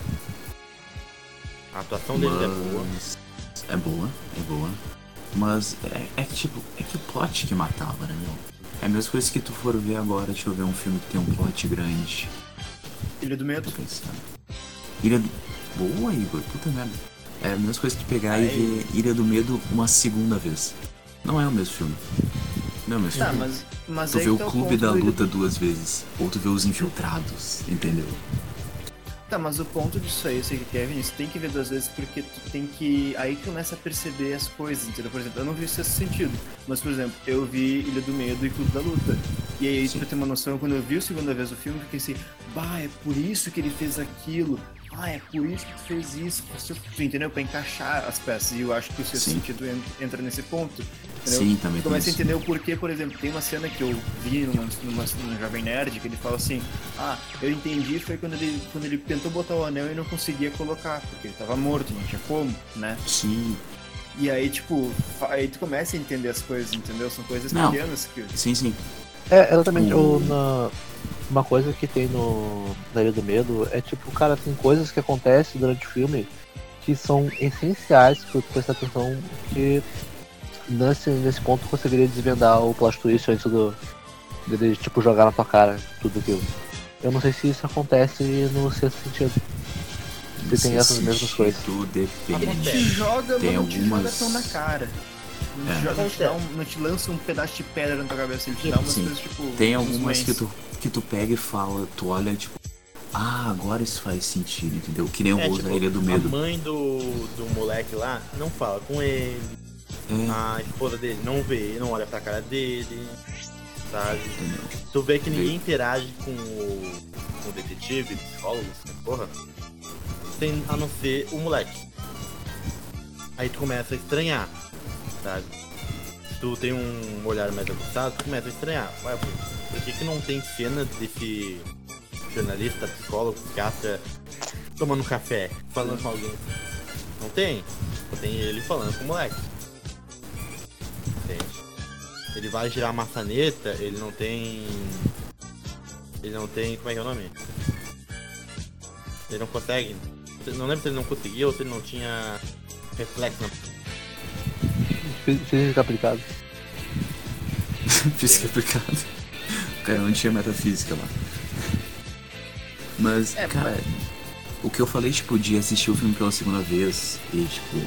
A atuação dele é boa. Mas é boa, é boa. Mas é que o plot que matava, né, meu? É a mesma coisa que tu for ver agora, deixa eu ver um filme que tem um plot grande. Ilha do Medo. Tô pensando. Ilha do... Boa, Igor, puta merda. É a mesma coisa que tu pegar e ver Ilha do Medo uma segunda vez. Não é o mesmo filme. Não é o mesmo Tá, filme. mas Tu aí vê o que tá Clube ponto da do Ilha Luta duas vezes. Ou tu vê Os Infiltrados, entendeu? Tá, mas o ponto disso aí, eu sei que Kevin, você tem que ver duas vezes porque tu tem que... Aí que começa a perceber as coisas, entendeu? Por exemplo, eu não vi Sexto Sentido, mas, por exemplo, eu vi Ilha do Medo e Clube da Luta. E aí, Sim. pra ter uma noção, quando eu vi a segunda vez o filme, eu fiquei assim, bah, é por isso que ele fez aquilo. Ah, é por isso que tu fez isso. Tu entendeu? Pra encaixar as peças. E eu acho que o Sexto Sim. Sentido entra nesse ponto. Entendeu? Sim, também tem Começa a isso. entender o porquê, por exemplo, tem uma cena que eu vi numa Jovem Nerd que ele fala assim, eu entendi foi quando ele tentou botar o anel e não conseguia colocar, porque ele tava morto, não tinha como, né? Sim, E aí, tipo, aí tu começa a entender as coisas, entendeu? São coisas Não. pequenas que... sim. É, exatamente. Uma coisa que tem na Ilha do Medo é tipo, cara, tem coisas que acontecem durante o filme que são essenciais pra tu prestar atenção, que nesse ponto eu conseguiria desvendar o plot twist antes dele, tipo, jogar na tua cara tudo aquilo. Eu não sei se isso acontece no Sexto Sentido. Se tem essas mesmas coisas. Tudo depende. Te joga, Tem mas não te joga algumas- tão na cara. Não te lança um pedaço de pedra na tua cabeça, ele te dá umas coisas tipo. Tem algumas que tu pega e fala, tu olha tipo, agora isso faz sentido, entendeu? Que nem eu vou usar Ilha do Medo. A mãe do moleque lá não fala com ele. A esposa dele não vê, não olha pra cara dele, sabe? Entendeu? Tu vê que ninguém interage com o detetive, psicólogo, porra, a não ser o moleque. Aí tu começa a estranhar, sabe? Se tu tem um olhar mais aguçado, tu começa a estranhar. Ué, por que não tem cena desse jornalista, psicólogo, psiquiatra tomando um café, falando com alguém? Não tem? Tem ele falando com o moleque. Entende? Ele vai girar a maçaneta, ele não tem, como é que é o nome? Ele não consegue. Não lembro se ele não conseguia ou se ele não tinha reflexo. Física aplicada. Física aplicada. O cara não tinha metafísica lá. Mas, cara, o que eu falei, tipo, de assistir o filme pela segunda vez e, tipo,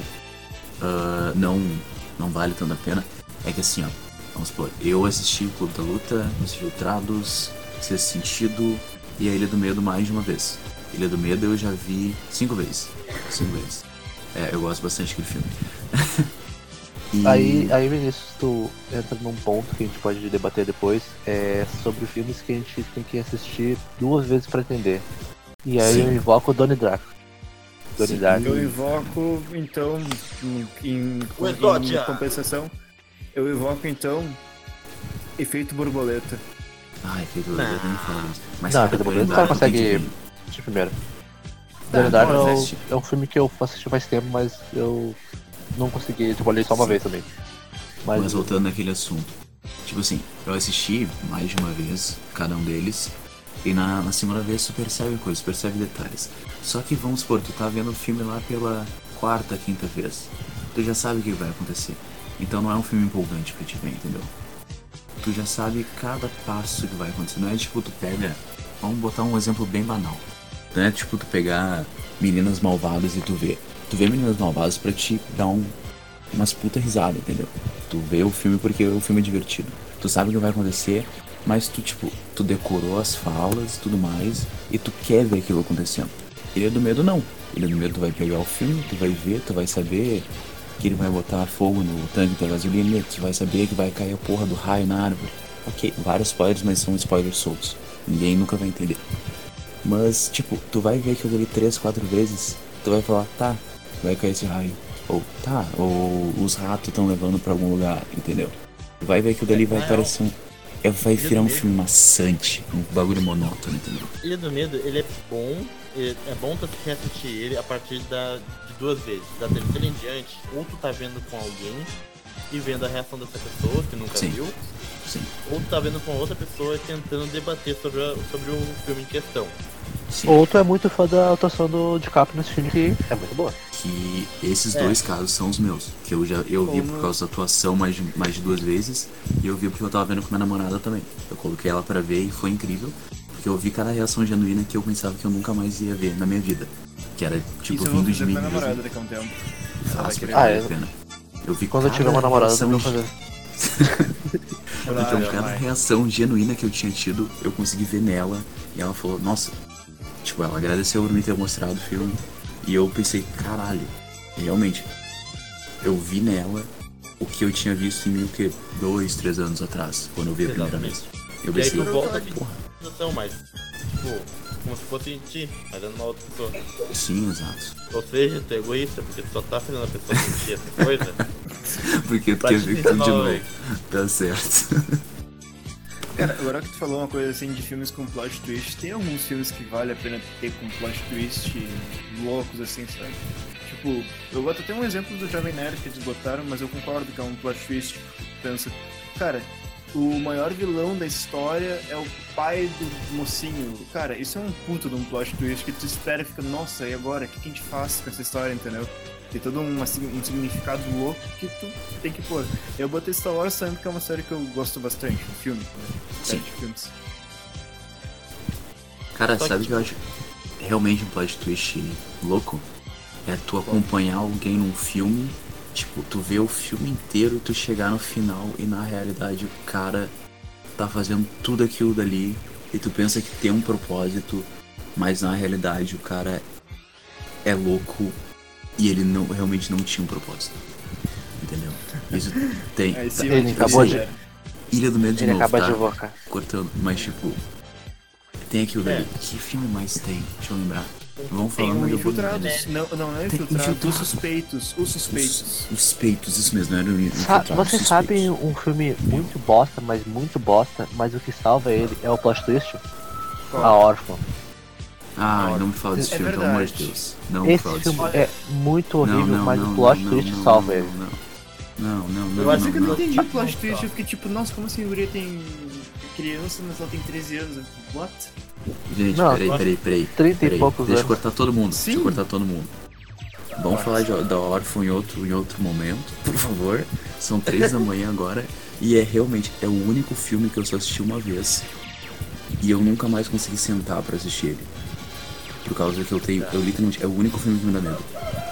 não vale tanto a pena, é que assim, ó, vamos supor, eu assisti o Clube da Luta, Os Infiltrados, Sexto Sentido e a Ilha do Medo mais de uma vez. Ilha do Medo eu já vi 5 vezes. 5 vezes. Eu gosto bastante daquele filme. Aí, Vinícius, tu entra num ponto que a gente pode debater depois, sobre filmes que a gente tem que assistir 2 vezes pra entender. E aí eu invoco o Donnie Darko. Eu invoco, então, em compensação, eu invoco, então, Efeito Borboleta. Efeito Borboleta nem fala isso. Mas não, Efeito Borboleta o cara consegue assistir primeiro. Donnie Darko é um filme que eu assisti faz tempo, mas eu não consegui, tipo, olhei só uma vez também. Mas voltando naquele assunto, tipo assim, eu assisti mais de uma vez cada um deles, e na segunda vez tu percebe coisas, percebe detalhes. Só que vamos supor, tu tá vendo o filme lá pela 4ª, 5ª vez, tu já sabe o que vai acontecer. Então não é um filme empolgante pra te ver, entendeu? Tu já sabe cada passo que vai acontecer. Não é tipo tu pega, vamos botar um exemplo bem banal. Não é tipo tu pegar Meninas Malvadas e tu vê Meninas Malvadas pra te dar umas puta risada, entendeu? Tu vê o filme porque o filme é divertido. Tu sabe o que vai acontecer, mas tu decorou as falas e tudo mais, e tu quer ver aquilo acontecendo. Ilha do Medo não. Ilha do Medo tu vai pegar o filme, tu vai ver, tu vai saber que ele vai botar fogo no tanque da gasolina, tu vai saber que vai cair a porra do raio na árvore. Ok, vários spoilers, mas são spoilers soltos. Ninguém nunca vai entender. Mas, tipo, tu vai ver aquilo ali 3, 4 vezes, tu vai falar, tá, vai cair esse raio. Ou os ratos estão levando pra algum lugar, entendeu? Vai ver que o dali vai parecer vai virar um filme maçante, um bagulho monótono, entendeu? Ilha do Medo, ele é bom tu assistir ele a partir de 2 vezes. Da terceira em diante, ou tu tá vendo com alguém e vendo a reação dessa pessoa que nunca viu, ou tu tá vendo com outra pessoa e tentando debater sobre o filme em questão. Sim. Ou tu é muito fã da atuação do DiCaprio nesse filme, que é muito boa. Que esses 2 casos são os meus. Que eu vi por causa da atuação mais de 2 vezes. E eu vi porque eu tava vendo com minha namorada também. Eu coloquei ela pra ver e foi incrível. Porque eu vi cada reação genuína que eu pensava que eu nunca mais ia ver na minha vida. Que era tipo vindo de mim mesmo. Namorada daqui a um tempo. Vale a pena. Eu vi quando eu tiver uma namorada eu vou fazer. Então cada reação genuína que eu tinha tido, eu consegui ver nela. E ela falou, nossa. Tipo, ela agradeceu por me ter mostrado o filme. E eu pensei, caralho, realmente, eu vi nela o que eu tinha visto em 2, 3 anos atrás, quando eu vi a primeira vez. Eu pensei, volta de situação, mas, tipo, como se fosse em ti, mas dando uma outra pessoa. Sim, exato. Ou seja, tu é egoísta, porque tu só tá fazendo a pessoa sentir essa coisa. Porque tu quer ver tudo de novo. Tá certo. Cara, agora que tu falou uma coisa assim de filmes com plot twist, tem alguns filmes que vale a pena ter com plot twist loucos assim, sabe? Tipo, eu vou até um exemplo do Jovem Nerd que eles botaram, mas eu concordo que é um plot twist. Pensa, cara, o maior vilão da história é o pai do mocinho. Cara, isso é um puto de um plot twist que tu espera e fica, nossa, e agora? O que a gente faz com essa história, entendeu? Tem todo um significado louco que tu tem que pôr. Eu botei Star Wars também porque é uma série que eu gosto bastante, um filme, né? Série de filmes. Cara, sabe o que eu acho realmente um plot twist louco? É tu acompanhar alguém num filme Tipo, tu vê o filme inteiro e tu chegar no final e na realidade o cara tá fazendo tudo aquilo dali e tu pensa que tem um propósito, mas na realidade o cara é louco e ele realmente não tinha um propósito. Entendeu? Isso tem. Ele acabou de... Ilha do Medo de Ele novo, acaba tá? de evocar. Cortando, mas tipo, tem aquilo dali. Que filme mais tem? Deixa eu lembrar. Vamos Tem falando, um mas eu vou... Infiltrados. Não é Infiltrados. Os Suspeitos. Os Suspeitos. Os Suspeitos, isso mesmo, não era o Infiltrados. Vocês sabem um filme muito bosta, mas o que salva ele é o plot twist? Qual? A Órfã. Ah, não me fala desse É filme, pelo amor de verdade. Deus. Não me Esse fala desse filme filme. é muito horrível, mas o plot twist salva ele. Não. Eu acho que eu não entendi o plot twist. Eu fiquei tipo, nossa, como assim a guria tem criança, mas ela tem 13 anos? What? Gente, Não, peraí. 30 e poucos Deixa eu anos. cortar todo mundo. Sim. Deixa eu cortar todo mundo. Vamos falar da Órfã em outro momento, por favor. São 3 da manhã agora. E realmente é o único filme que eu só assisti uma vez. E eu nunca mais consegui sentar pra assistir ele. Por causa que eu literalmente, é o único filme que me dá medo.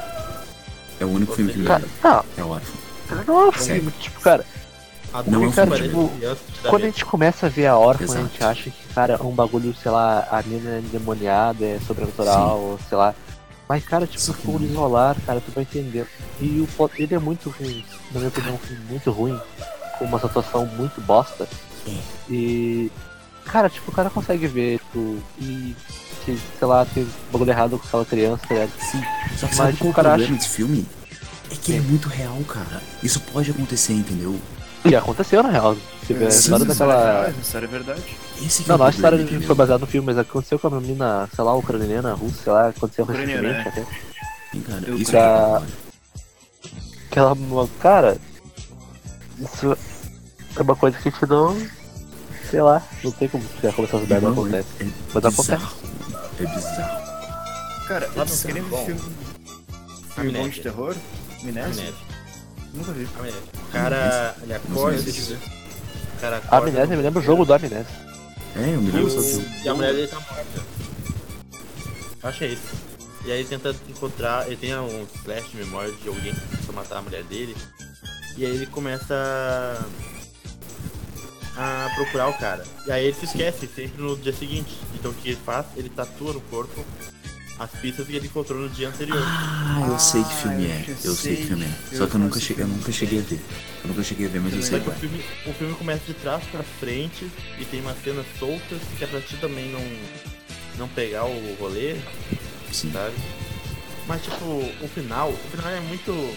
É o único filme que me dá medo. Não, É o Órfã. não é um filme, tipo, cara, Não é um cara, filme. tipo, quando a gente começa a ver a Órfã, Exato. a gente acha que, cara, é um bagulho, sei lá, a mina é endemoniada, é sobrenatural, ou sei lá. Mas, cara, tipo, Só que por não. isolar, cara, tu vai entender. E ele é muito ruim, na minha opinião, é um filme muito ruim, com uma situação muito bosta. É. E, cara, tipo, o cara consegue ver, tipo, e, que, sei lá, tem bagulho errado com aquela criança, tá ligado? Sim. Só que Mas, sabe tipo, qual é o cara, problema acha- desse filme? É que ele é muito real, cara. Isso pode acontecer, entendeu? E aconteceu, na real. Tipo, a Sim, história daquela... Essa história é verdade. Esse que Não, é o não, a história problema, foi baseada no filme, mas aconteceu com a menina, sei lá, ucraniana, russa, sei lá, aconteceu Ucraniana, recentemente até. Sim, cara, Eu isso já- que é o problema. Aquela, cara, isso é uma coisa que te não, sei lá, não tem como explicar como essas merdas Não, acontecem. é Mas acontece. bizarro. É bizarro. Cara, vocês querem ver bom. filme bom de terror? Amnésia? Amnésia. Nunca vi. Amnésia. O cara, ele acorda, o cara A acorda. Amnésia me lembra o jogo do Amnésia. É, eu me E, lembro só e a mulher dele tá morta. Eu acho que é isso. E aí ele tenta encontrar, ele tem um flash de memória de alguém que tentou matar a mulher dele. E aí ele começa a procurar o cara. E aí ele se esquece sempre no dia seguinte. Então o que ele faz? Ele tatua no corpo as pistas que ele encontrou no dia anterior. Ah, eu sei que filme eu é. já Eu sei que sei. filme é. Eu Só que eu nunca faço cheguei a ver. Eu nunca cheguei a ver, mas eu Também sei Só que qual é. o filme começa de trás pra frente e tem umas cenas soltas que é pra ti também não pegar o rolê, Sim. sabe? Mas tipo, o final é muito.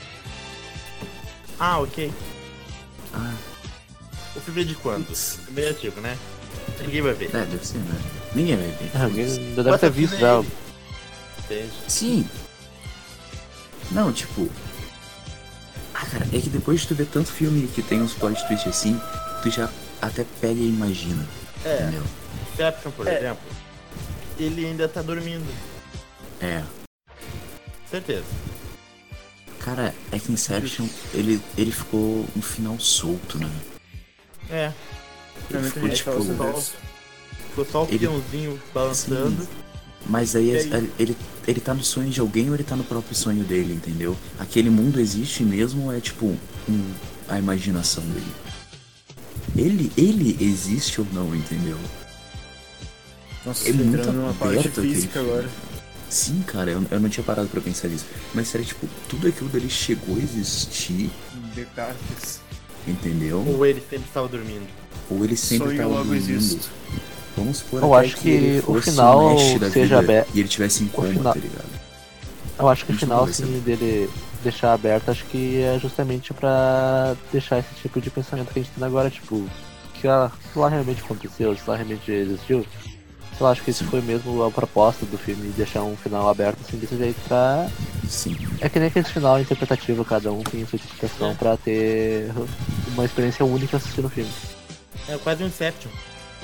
Ah, ok. Ah, O filme é de quando? Putz. É bem antigo, né? Ninguém vai ver. deve ser, né? Ninguém vai ver. Alguém ainda deve ter visto já. Entende? Sim. Não, tipo... Ah, cara, é que depois de tu ver tanto filme que tem uns plot twist assim, tu já até pega e imagina. É. Entendeu? Inception, por exemplo, ele ainda tá dormindo. É. Certeza. Cara, é que Inception, ele ficou um final solto, né? É. Pra Ele muita ficou, gente fala tipo... sobre isso. Ficou só o Ele- peãozinho balançando. Mas aí E aí? ele tá no sonho de alguém ou ele tá no próprio sonho dele, entendeu? Aquele mundo existe mesmo ou é tipo a imaginação dele? Ele existe ou não, entendeu? Nossa, É tô muito entrando numa parte aberto aquele física filme. agora. Sim, cara, eu não tinha parado pra pensar nisso. Mas sério, tipo, tudo aquilo dele chegou a existir, Descartes. entendeu? Ou ele sempre estava dormindo. Ou ele sempre Sonho tava logo dormindo. existo. Vamos supor Eu até acho que ele o fosse final Nash da seja vida aberto. e ele tivesse em coma, final- tá ligado? Eu acho que o A gente final, não vai assim, saber. dele deixar aberto, acho que é justamente pra deixar esse tipo de pensamento que a gente tem agora, tipo, que lá realmente aconteceu, se lá realmente existiu. Sei lá, acho que isso foi mesmo a proposta do filme, deixar um final aberto assim desse jeito pra... Sim. É que nem aquele final interpretativo, cada um tem sua interpretação pra ter uma experiência única assistindo o filme. É quase um Inception.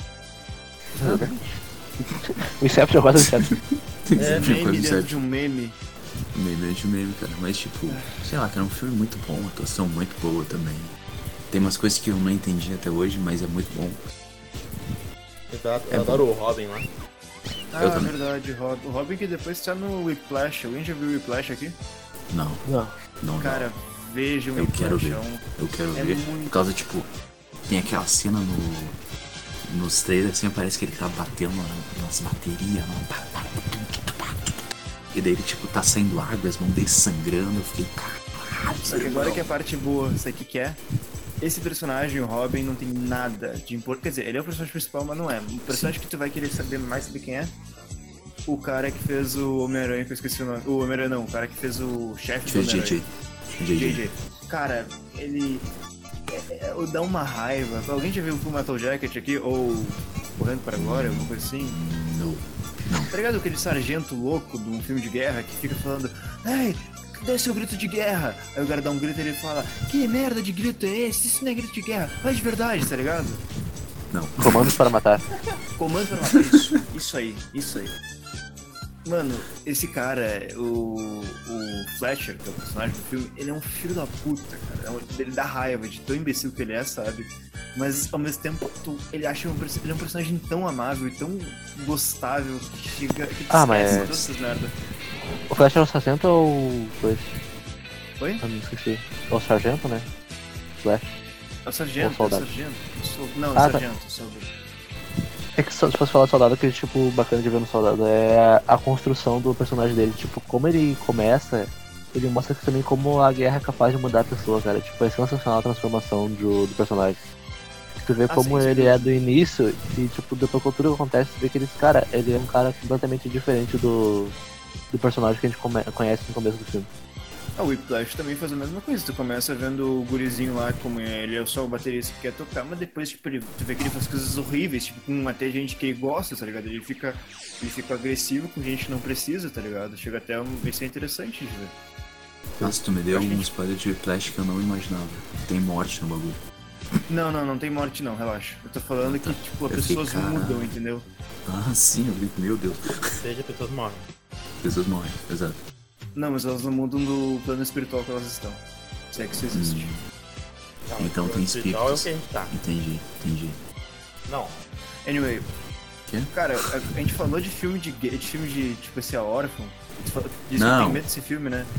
O Inception é quase o Inception. É, Tipo, Meme dentro Inception. de um meme. Meme de meme, cara. Mas tipo, sei lá, cara, é um filme muito bom, atuação muito boa também. Tem umas coisas que eu não entendi até hoje, mas é muito bom. Exato. É Eu adoro o Robin lá. Ah, também. verdade, o Robin que depois tá no Whiplash. Alguém já viu o Whiplash aqui? Não. Cara, vejam Eu quero ver. Whiplash. Eu quero É ver. muito- Por causa, tipo, tem aquela cena nos trailers, assim, parece que ele tá batendo nas baterias. E daí ele, tipo, tá saindo água, as mãos dele sangrando. Eu fiquei, caralho. Só que agora que a parte boa, sabe o que é? Esse personagem, o Robin, não tem nada de importante. Quer dizer, ele é o personagem principal, mas não é. O personagem que tu vai querer saber quem é? O cara que fez o Homem-Aranha, que eu esqueci o nome. O Homem-Aranha não, o cara que fez o chefe do Fez Homem-Aranha. JJ. Cara, ele... dá uma raiva. Alguém já viu o Full Metal Jacket aqui? Ou Correndo para Agora, alguma coisa assim? Não. Tá ligado aquele sargento louco de um filme de guerra que fica falando: ei, dê seu grito de guerra. Aí o cara dá um grito e ele fala: que merda de grito é esse? Isso não é grito de guerra, faz de verdade, tá ligado? Não. Comandos para matar. Comando pra matar. Isso aí. Mano, esse cara, o Fletcher, que é o personagem do filme, ele é um filho da puta, cara. Ele dá raiva de tão imbecil que ele é, sabe? Mas ao mesmo tempo, ele acha ele é um personagem tão amável e tão gostável que chega. Que mas todas essas merda. O Flash era o sargento ou o... Oi? Eu não esqueci. É o sargento, né? Flash. É o sargento, Ou soldado? Não, tá. sargento, soldado. É que se fosse falar de soldado, que tipo, bacana de ver no soldado é a construção do personagem dele. Tipo, como ele começa, ele mostra também como a guerra é capaz de mudar a pessoa, cara. Tipo, é sensacional a transformação do personagem. Tu vê como sim, ele é do início e, tipo, depois que tudo acontece, tu vê que ele é um cara completamente diferente do personagem que a gente conhece no começo do filme. O Whiplash também faz a mesma coisa. Tu começa vendo o gurizinho lá, como ele é só o baterista que quer tocar, mas depois, tipo, tu vê que ele faz coisas horríveis, tipo, com até gente que ele gosta, tá ligado? Ele fica agressivo com gente que não precisa, tá ligado? Chega até a ser interessante de ver. Nossa, tu me deu um spoiler de Whiplash que eu não imaginava. Tem morte no bagulho. Não tem morte não, relaxa. Eu tô falando que, tipo, as pessoas mudam, entendeu? Ah, sim, eu vi. Meu Deus. Seja, pessoas morrem. Pessoas morrem, exato. Não, mas elas não mudam do plano espiritual que elas estão. Se é que isso existe. Não, Então o tem espiritual espíritos. É o que a gente tá. Entendi. Não. Anyway. Quê? Cara, a gente falou de filme de tipo, esse órfão. Disse que Não. tem medo desse filme, né?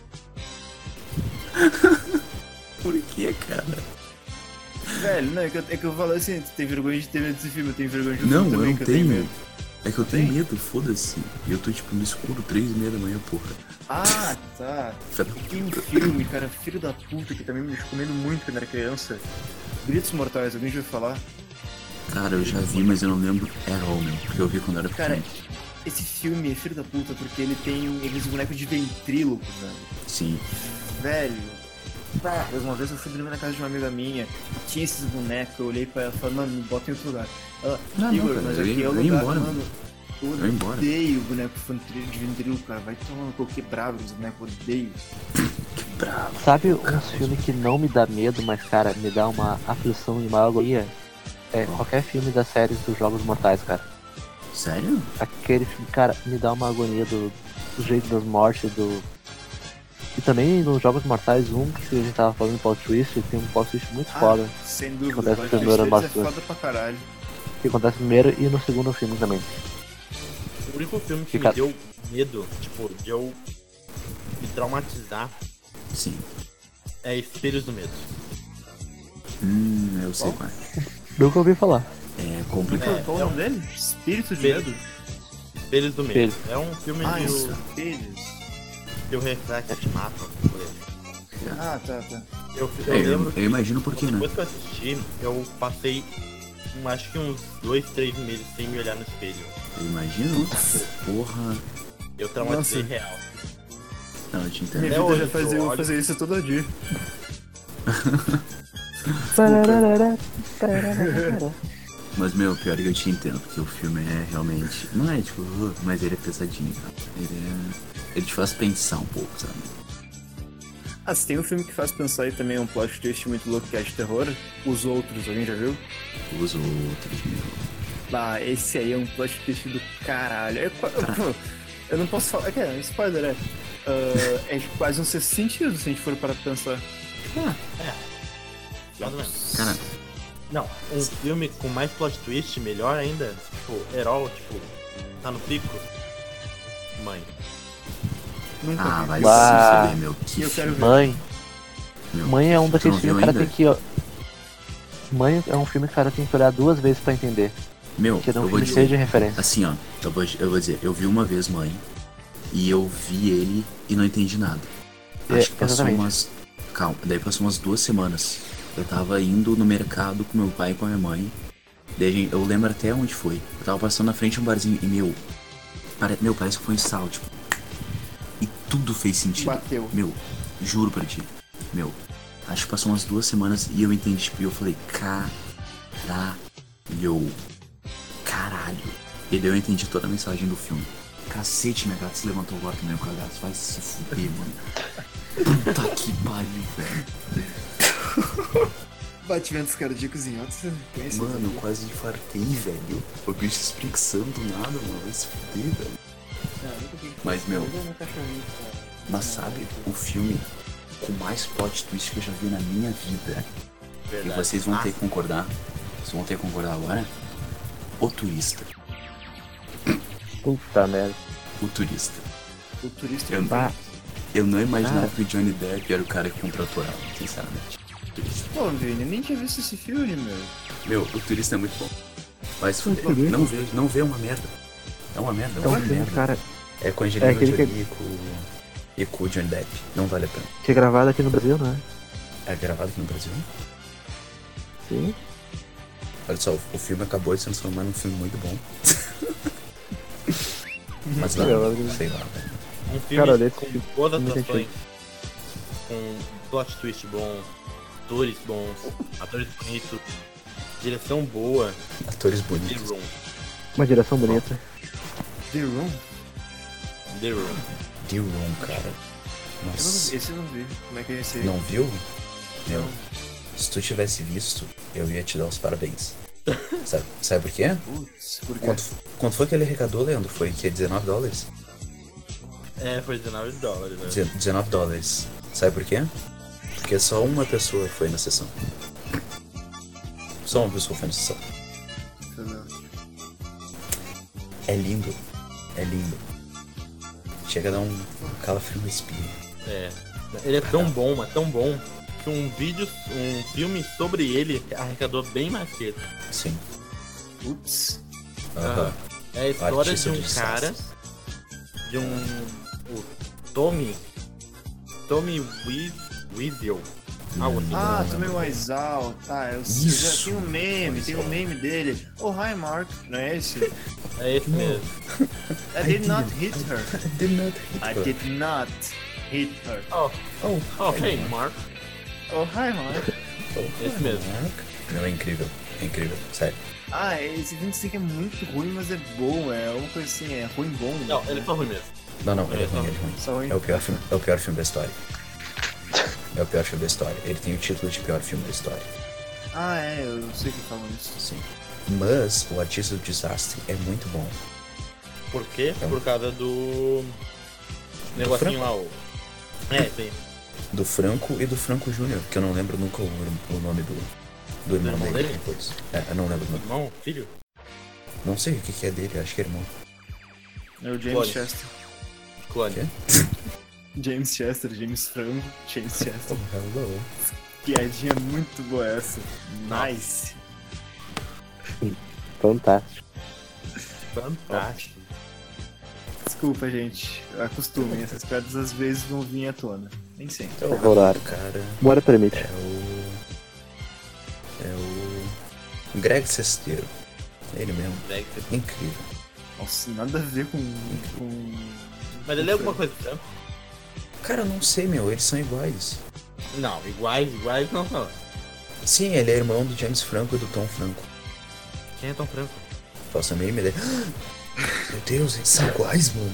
Por que, cara? Velho, não, é que eu falo assim, tu tem vergonha de ter medo desse filme, eu tenho vergonha de Não, filme também, eu que não tenho. medo. É que eu tenho medo, foda-se. E eu tô, tipo, no escuro, 3h30 da manhã, porra. Ah, tá. Tem um filme, cara, filho da puta, que também me deixou comendo muito quando era criança. Gritos Mortais, alguém já ouviu falar? Cara, eu já vi, mas eu não lembro at all, meu. Porque eu vi quando era Cara, pequeno. esse filme é filho da puta porque ele tem aqueles bonecos de ventríloco, velho. Sim. Velho. Uma vez eu fui dormir na casa de uma amiga minha, tinha esses bonecos, eu olhei pra ela e falei, mano, me bota em outro lugar. Ela, Não, Igor, cara, mas eu aqui ia é o lugar, embora, mano. Eu ia embora. Odeio boneco de ventríloco, cara. Vai tomando qualquer bravo esse boneco, odeio. Bravo. Sabe uns filmes que não me dá medo, mas, cara, me dá uma aflição e uma agonia? É qualquer filme das séries dos Jogos Mortais, cara. Sério? Aquele filme, cara, me dá uma agonia do jeito das mortes, E também nos Jogos Mortais 1, que a gente tava falando plot twist, tem um plot twist muito foda. Sem dúvida, Acontece o no plot primeiro twist deles é Master. foda pra caralho. Que acontece no primeiro e no segundo filme também. O único filme que Fica- me deu medo, tipo, de eu me traumatizar, Sim. é Espelhos do Medo. Eu sei qual é. Nunca ouvi falar. É complicado. Qual o nome dele? Espírito de Espelho. Medo? Espelhos do Medo. Espelhos. É um filme Ah, meio espelhos. que o reflexo te mata. por exemplo. Ah, tá. Eu Eu lembro eu imagino por quê, né? depois que eu assisti, eu passei acho que uns 2-3 meses sem me olhar no espelho. Eu imagino. Porra. Eu traumatizei Nossa. real. Não, eu te Minha entendo. vida hoje já fazia, eu eu olho- fazer isso todo dia. Mas, meu, pior é que eu te entendo, porque o filme é realmente... Não é, tipo... Mas ele é pesadinho, cara. Ele te faz pensar um pouco, sabe? Ah, se tem um filme que faz pensar e também é um plot twist muito louco que é de terror, Os Outros, alguém já viu? Os outros, meu... Ah, esse aí é um plot twist do caralho. Eu não posso falar, é spoiler, é. É quase um sexto sentido se a gente for para pensar. Mais ou menos. Cara, Não, um filme com mais plot twist, melhor ainda, tipo, Herol, tipo, tá no pico. Mãe. Nunca Ah, vi. vai Bah. se fuder, meu. Que Eu quero ver. Mãe. Mãe é um daqueles não viu filmes que o cara ainda? tem que. Mãe é um filme que o cara tem que olhar 2 vezes pra entender. Meu, Que é um eu vou filme cheio de dizer. referência. Assim, ó. Eu vou dizer. Eu vi uma vez Mãe. E eu vi ele e não entendi nada. Acho que passou exatamente. umas... Calma, daí passou umas 2 semanas. Eu tava indo no mercado com meu pai e com a minha mãe. Daí eu lembro até onde foi. Eu tava passando na frente de um barzinho e meu, parece que foi um estalo, tipo. E tudo fez sentido. Bateu. Meu, juro pra ti. Meu, acho que passou umas 2 semanas e eu entendi, tipo, e eu falei, caralho. E daí eu entendi toda a mensagem do filme. Cacete, minha gata se levantou agora também com a gata. Vai se fuder, mano. Puta que pariu, velho. Batimentos cardíacos em altos. Mano, eu quase infartei, velho. O bicho espreguiçando nada, mano. Vai se fuder, velho. Mas, meu, mas sabe, o filme com mais plot twist que eu já vi na minha vida. Verdade. E vocês vão ter que concordar. Vocês vão ter que concordar agora. O Turista. Puta merda. O Turista. O turista Eu, Bah. eu não imaginava que o Johnny Depp era o cara que contratou ela, sinceramente. Turista. Pô, Vini, eu nem tinha visto esse filme, meu. Meu, o Turista é muito bom. Mas Turista? não vê, é uma merda. É uma merda, é Então, uma merda. cara, É com a Angelina aquele que- Jolie e com o Johnny Depp. Não vale a pena. que é gravado aqui no Brasil, né? É gravado aqui no Brasil? Sim. Olha só, o filme acabou de se transformar num filme muito bom. Mas não, sei lá, velho. Um filme Cara, olha, com esse boas filme é atuações, com plot twist bom, atores bons, atores bonitos, direção boa, Atores The bonitos. Room. Uma direção bonita. The Room? The Room. The Room, cara. Nossa, Esse eu não vi. Como é que é esse aí? não viu? Meu, se tu tivesse visto, eu ia te dar os parabéns. Sabe por quê? Putz, por quê? Quanto foi que ele arrecadou, Leandro? Foi que $19? É, foi $19, né? $19. Sabe por quê? Porque só uma pessoa foi na sessão. Só uma pessoa foi na sessão. É lindo. É lindo. Chega a dar um calafrio no espinho. É. Ele é tão bom, mas tão bom, que um filme sobre ele arrecadou bem mais que ele. Sim. Putz. Aham. É a história Artista de um de cara, desastre. o Tommy Wiseau. Algo assim. Ah, Não, Tommy não. Wiseau. Tá, eu Isso. já tem um meme dele. Oh, hi, Mark. Não é esse? É esse mesmo. I did not hit her. Did not hit I her. did not hit her. Oh, hey, Mark. Oh, hi, Mark. Esse mesmo. Não, é incrível. É incrível. Sério. Ah, esse filme sim que é muito ruim, mas é bom. É uma coisa assim, é ruim bom. Não, ele foi ruim mesmo. Não, ele é ruim, ele é ruim. Só ruim. É o pior filme da história. É o pior filme da história. Ele tem o título de pior filme da história. Ah, é, eu sei que falam isso. Sim. Mas o Artista do Desastre é muito bom. Por quê? Então. Por causa do negocinho lá, o... É, sim. Do Franco e do Franco Júnior, que eu não lembro nunca o nome do irmão irmão dele. dele? Depois. É, eu não lembro o nome. Irmão, filho? Não sei o que é dele, acho que é irmão. É o James Clone. Chester. Clone. Quê? James Chester, James Franco, James Chester. Hello. Piadinha muito boa essa. Nice. Fantástico. Fantástico. Desculpa, gente. Acostumem, essas piadas às vezes vão vir à tona. Nem sempre. Então, Horário. cara, Bora permite. é o Greg Sestero. É ele mesmo. Incrível. Nossa, nada a ver com... Mas ele é alguma coisa branco? Cara, eu não sei, meu, eles são iguais. Não, iguais não são. Sim, ele é irmão do James Franco e do Tom Franco. Quem é Tom Franco? Faço a mesma ideia. Meu Deus, eles são iguais, mano.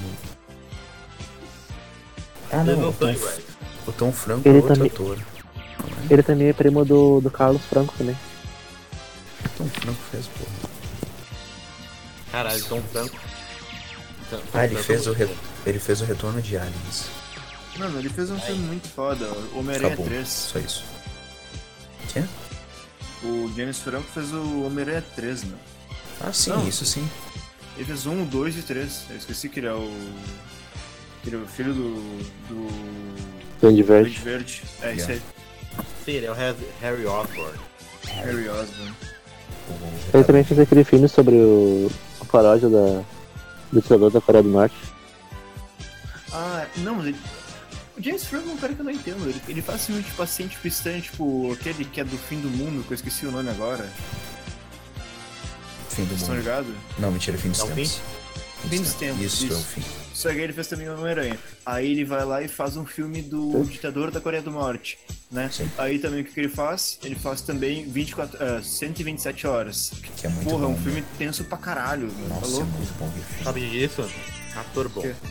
Ah, Eles não, não são iguais. o Tom Franco é Ele outro também- ator. Ele também é primo do Carlos Franco também. O Tom Franco fez, porra. Caralho, Tom Franco. Ah, ele fez o Retorno de Aliens. Mano, ele fez um filme muito foda, Homem-Aranha Acabou. 3. Só isso. Quê? O James Franco fez o Homem-Aranha 3, meu. Ah, sim, Não. isso sim. Ele fez 1, 2 e 3. Eu esqueci que ele é o... Ele é o filho do Duende Duende Verde. Verde. É isso aí. Sim, ele é o Harry Osborn. Harry Osborn. Ele também fez aquele filme sobre a paródia do ditador da Coreia do Norte. Ah, não, mas o James Franco é um cara que eu não entendo. Ele faz filme tipo assim, tipo estranho, tipo aquele que é do fim do mundo, que eu esqueci o nome agora. Fim do Vocês estão mundo. ligados? Não, mentira, fim dos É o tempos. Fim dos tempos. Isso é o fim. Só que aí ele fez também o Homem-Aranha. Aí ele vai lá e faz um filme do ditador da Coreia do Norte, né? Sim. Aí também o que ele faz? Ele faz também 127 horas. Que é muito Porra, bom. um filme tenso pra caralho, mano. Tá Nossa, é louco? muito bom ver filme. Sabe isso? Ator bom. Que?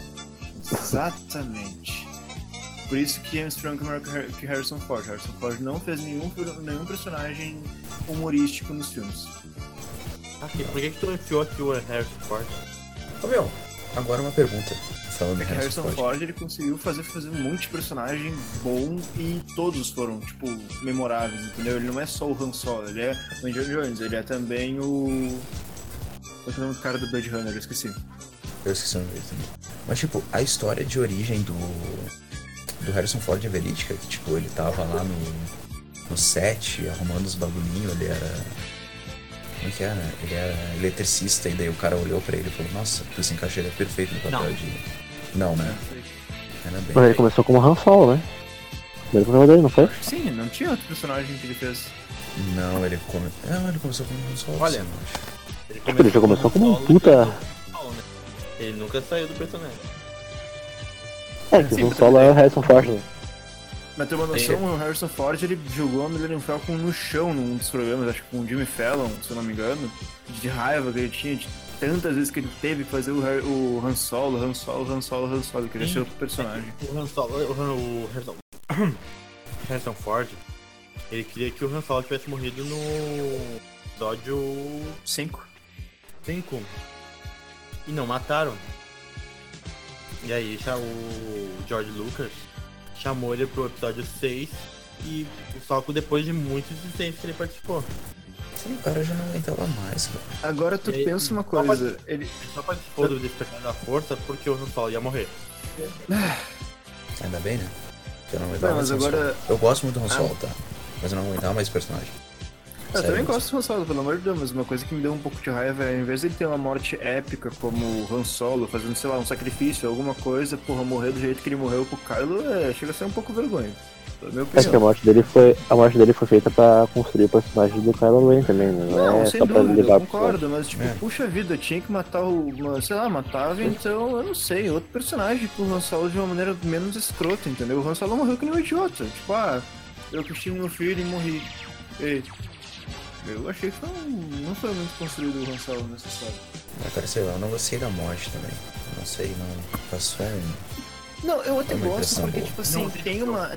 Exatamente. Por isso que James Franco é melhor que Harrison Ford. Harrison Ford não fez nenhum personagem humorístico nos filmes. Aqui, por que tu enfiou aqui o Harrison Ford? Ô meu, agora uma pergunta. Falando É do que Harrison Harrison Ford. Ford ele conseguiu fazer um monte de personagem bom e todos foram, tipo, memoráveis, entendeu? Ele não é só o Han Solo, ele é o Indiana Jones, ele é também o... Qual é o nome do cara do Blade Runner? Eu esqueci. Eu esqueci o nome dele também. Mas tipo, a história de origem do Harrison Ford é verídica, que tipo, ele tava lá no set, arrumando os bagulhinhos, ele era... Como é que era? Ele era eletricista, e daí o cara olhou pra ele e falou, nossa, tu se encaixaria perfeito no papel Não. de... Não, né? Era bem... Mas ele começou como Han Solo, né? Primeiro programa dele, não foi? Sim, não tinha outro personagem que ele fez. Não, ele começou como um solo. Olha, sim, Ele já começou como um puta. né? Ele nunca saiu do personagem. É, que Sim, o Han mas Solo também- é o Harrison Ford, né? Mas tem uma noção, o Harrison Ford ele jogou a Millennium Falcon no chão num dos programas, acho que com o Jimmy Fallon, se eu não me engano, de raiva que ele tinha, de tantas vezes que ele teve que fazer o Han Solo, ele queria ser outro personagem. O Han Solo, o Harrison Ford, ele queria que o Han Solo tivesse morrido no episódio 5. 5. E não mataram. E aí o George Lucas chamou ele pro episódio 6 e só que depois de muitos insistências que ele participou. Sim, o cara já não aguentava mais, cara. Agora tu E aí, pensa uma só coisa, ele... Ele só participou do Despertar da Força porque o Han Solo ia morrer. Ainda bem, né? Que eu não aguentava Não, mas mais Han agora- Solo. Eu gosto muito do Han Solo, tá? Mas eu não aguentava mais o personagem. Eu Sério também mesmo. gosto do Han Solo, pelo amor de Deus, mas uma coisa que me deu um pouco de raiva é, ao invés de ele ter uma morte épica como o Han Solo, fazendo, sei lá, um sacrifício, alguma coisa, porra, morrer do jeito que ele morreu pro Kylo, chega a ser um pouco vergonha. Na minha É que a opinião. morte dele foi feita pra construir o personagem do Kylo Ren também, né? Não, é sem só pra dúvida, eu levar concordo, mas tipo, É. puxa vida, tinha que matar sei lá, matava, então, eu não sei, outro personagem pro Han Solo de uma maneira menos escrota, entendeu? O Han Solo morreu que nem um idiota, tipo, eu que estive meu filho e morri. Ei, eu achei que não foi muito construído o Han Solo nessa história. Mas, cara, sei lá, eu não gostei da morte também. Eu não sei, não. Passou Não, eu até É uma gosto impressão porque, boa. tipo assim,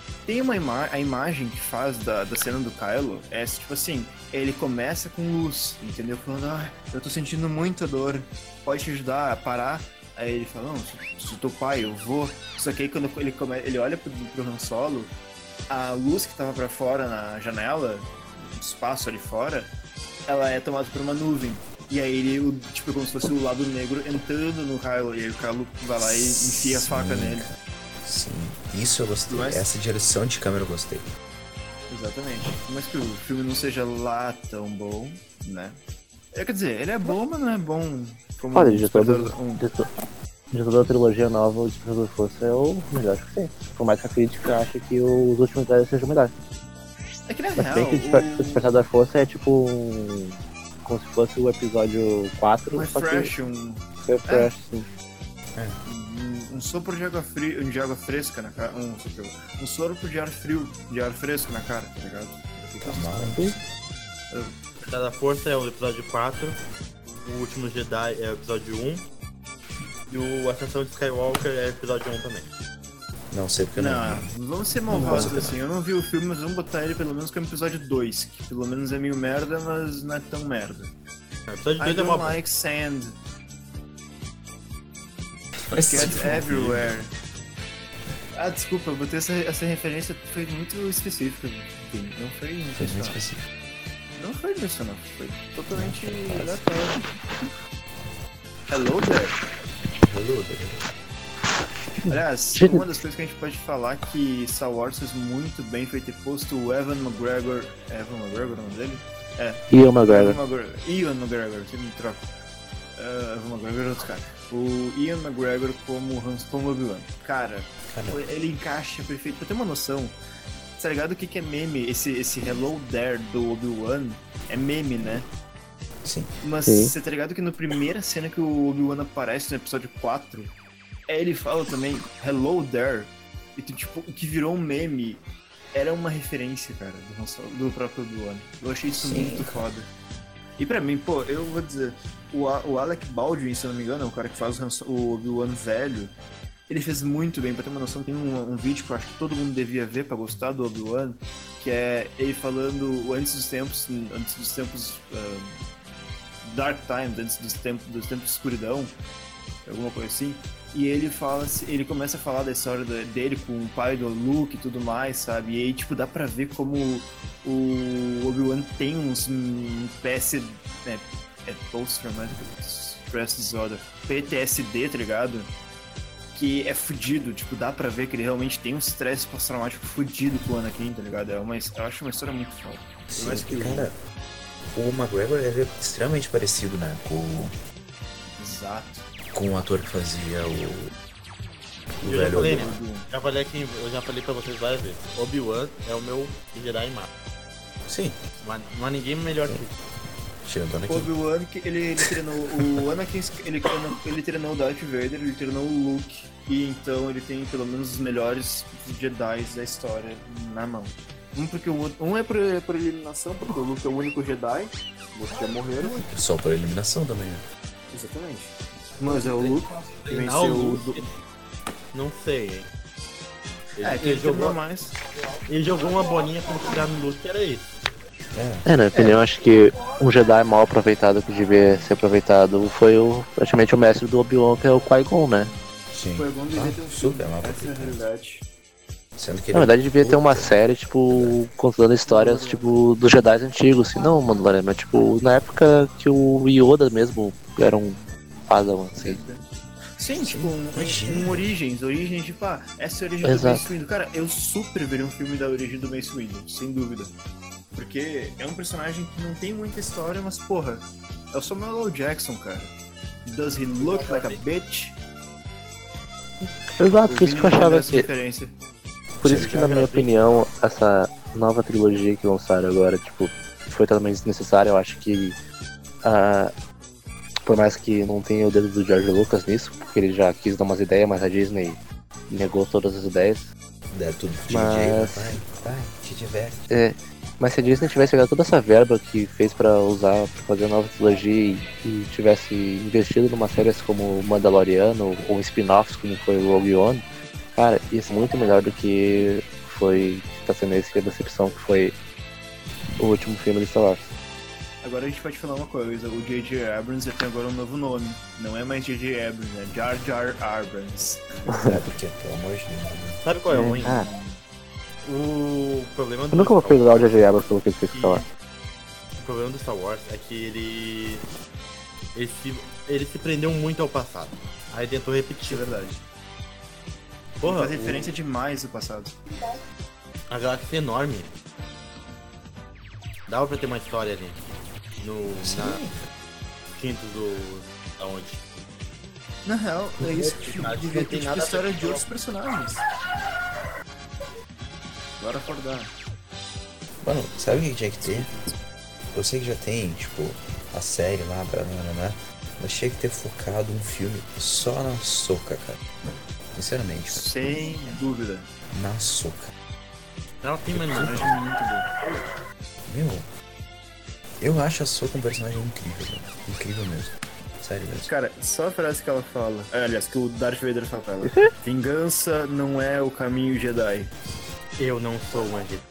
a imagem que faz da cena do Kylo é, tipo assim, ele começa com luz, entendeu? Falando, eu tô sentindo muita dor, pode te ajudar a parar? Aí ele fala, não, sou teu pai, eu vou. Só que aí quando ele olha pro Han Solo, a luz que tava pra fora na janela, no espaço ali fora, ela é tomada por uma nuvem. E aí ele, tipo, como se fosse o lado negro entrando no Kylo, e aí o Kylo vai lá e enfia a faca nele. Sim, isso eu gostei. Mas- Essa direção de câmera eu gostei. Exatamente. Mas que o filme não seja lá tão bom, né? Quer dizer, ele é bom, mas não é bom como Olha, um de toda a trilogia nova, o Despertar da Força é o melhor que tem. Por mais que a crítica ache que os últimos 10 sejam melhores. É que na Mas real, bem que o Despertar da Força é tipo como se fosse o episódio 4, um só que refresh, um refresh, sim. sopro de água fria, de água fresca na cara, um sopro de ar frio, de ar fresco na cara, tá ligado? Fica Mal. Despertar da Força é o episódio 4, o Último Jedi é o episódio 1 e o Ascensão de Skywalker é o episódio 1 também. Não sei porque eu não. Não, vamos ser malvados assim, eu não vi o filme, mas vamos botar ele pelo menos como episódio 2, que pelo menos é meio merda, mas não é tão merda. O episódio I 2 é don't uma like sand, Mas get se everywhere. Desculpa, eu botei essa referência, foi muito específica, não foi Foi muito intencional. específico. Não foi intencional, foi totalmente aleatório. Hello there. Hello, Aliás, uma das coisas que a gente pode falar que Star Wars fez muito bem foi ter posto o Ewan McGregor, o nome dele? Ian McGregor, você me troca. Ewan McGregor é outro cara. O Ian McGregor como Obi-Wan. Cara, ele encaixa perfeito. Pra ter uma noção, tá ligado o que é meme? Esse Hello There do Obi-Wan é meme, né? Sim. Mas você tá ligado que na primeira cena que o Obi-Wan aparece no episódio 4, ele fala também Hello There. E tipo, o que virou um meme era uma referência, cara, do próprio Obi-Wan. Eu achei isso muito foda. E pra mim, pô, eu vou dizer, o Alec Baldwin, se eu não me engano, é o cara que faz o Obi-Wan velho, ele fez muito bem. Pra ter uma noção, tem um vídeo que eu acho que todo mundo devia ver pra gostar do Obi-Wan, que é ele falando antes dos tempos Dark Times, antes dos tempos de escuridão, alguma coisa assim. E ele começa a falar da história dele com o pai do Luke e tudo mais, sabe? E aí, tipo, dá pra ver como o Obi-Wan tem uns PS... Post-Traumatic Stress Disorder, PTSD, tá ligado? Que é fudido, tipo, dá pra ver que ele realmente tem um estresse pós-traumático fudido com o Anakin, tá ligado? Eu acho uma história muito foda. Sim, cara, o McGregor é extremamente parecido, né? Exato. Com o ator que fazia o velho Obi-Wan. Eu já falei pra vocês várias vezes. Obi-Wan é o meu Jedi Master. Sim. Não há ninguém melhor que ele. Tirando o Anakin. O Obi-Wan, ele treinou o Anakin, ele treinou o Darth Vader, ele treinou o Luke. E então ele tem pelo menos os melhores Jedi da história na mão. Um é por eliminação, porque o Luke é o único Jedi. O outro já morreram. Só por eliminação também, né? Exatamente. Mas é o Luke que venceu o... Não sei. Ele jogou mais. Ele jogou uma bolinha pra tirar no Luke, era isso. na minha opinião, acho que um Jedi mal aproveitado que devia ser aproveitado foi praticamente o mestre do Obi-Wan, que é o Qui-Gon, né? Sim. O Qui-Gon devia ter um super mal essa é a realidade. Na verdade, devia ter uma série, tipo, contando histórias, tipo, dos Jedi antigos, assim, não, Mandalorian, mas, tipo, na época que o Yoda mesmo era um Padawan, assim. Sim, tipo, um Origens, tipo, essa é a origem do Mace Windu. Cara, eu super veria um filme da origem do Mace Windu, sem dúvida. Porque é um personagem que não tem muita história, mas, porra, é o Samuel L. Jackson, cara. Does he look like a bitch? Exato, por isso que eu achava que... Por isso que, na minha opinião, essa nova trilogia que lançaram agora, tipo, foi totalmente desnecessária. Eu acho que, por mais que não tenha o dedo do George Lucas nisso, porque ele já quis dar umas ideias, mas a Disney negou todas as ideias. É tudo vai, te diverte. Mas se a Disney tivesse pegado toda essa verba que fez pra usar, pra fazer a nova trilogia e tivesse investido numa série como Mandaloriano ou spin-offs como foi o Rogue One, cara, isso é muito melhor do que tá sendo essa decepção que foi o último filme de Star Wars. Agora a gente pode falar uma coisa, o J.J. Abrams já tem agora um novo nome. Não é mais J.J. Abrams, é Jar Jar Abrams. Porque, pelo amor de Deus. Sabe qual é o ruim? O problema do... Eu nunca vou perdoar o J.J. Abrams pelo que ele fez com Star Wars. O problema do Star Wars é que ele se prendeu muito ao passado. Aí tentou repetir. É verdade. Porra, faz referência demais do passado. A galáxia é enorme. Dava pra ter uma história ali. Na quinto da onde? Na real, é isso que devia ter tipo história de outros personagens. Bora acordar. Mano, sabe o que tinha que ter? Eu sei que já tem, tipo, a série lá, mas tinha que ter focado um filme só na Ahsoka, cara. Sinceramente. Sem dúvida. Na Ahsoka. Ela tem uma personagem muito boa. Meu, eu acho a Ahsoka um personagem incrível, mano. Incrível mesmo. Sério mesmo. Cara, só a frase que ela fala, aliás, que o Darth Vader fala pra ela. Vingança não é o caminho Jedi. Eu não sou uma Jedi.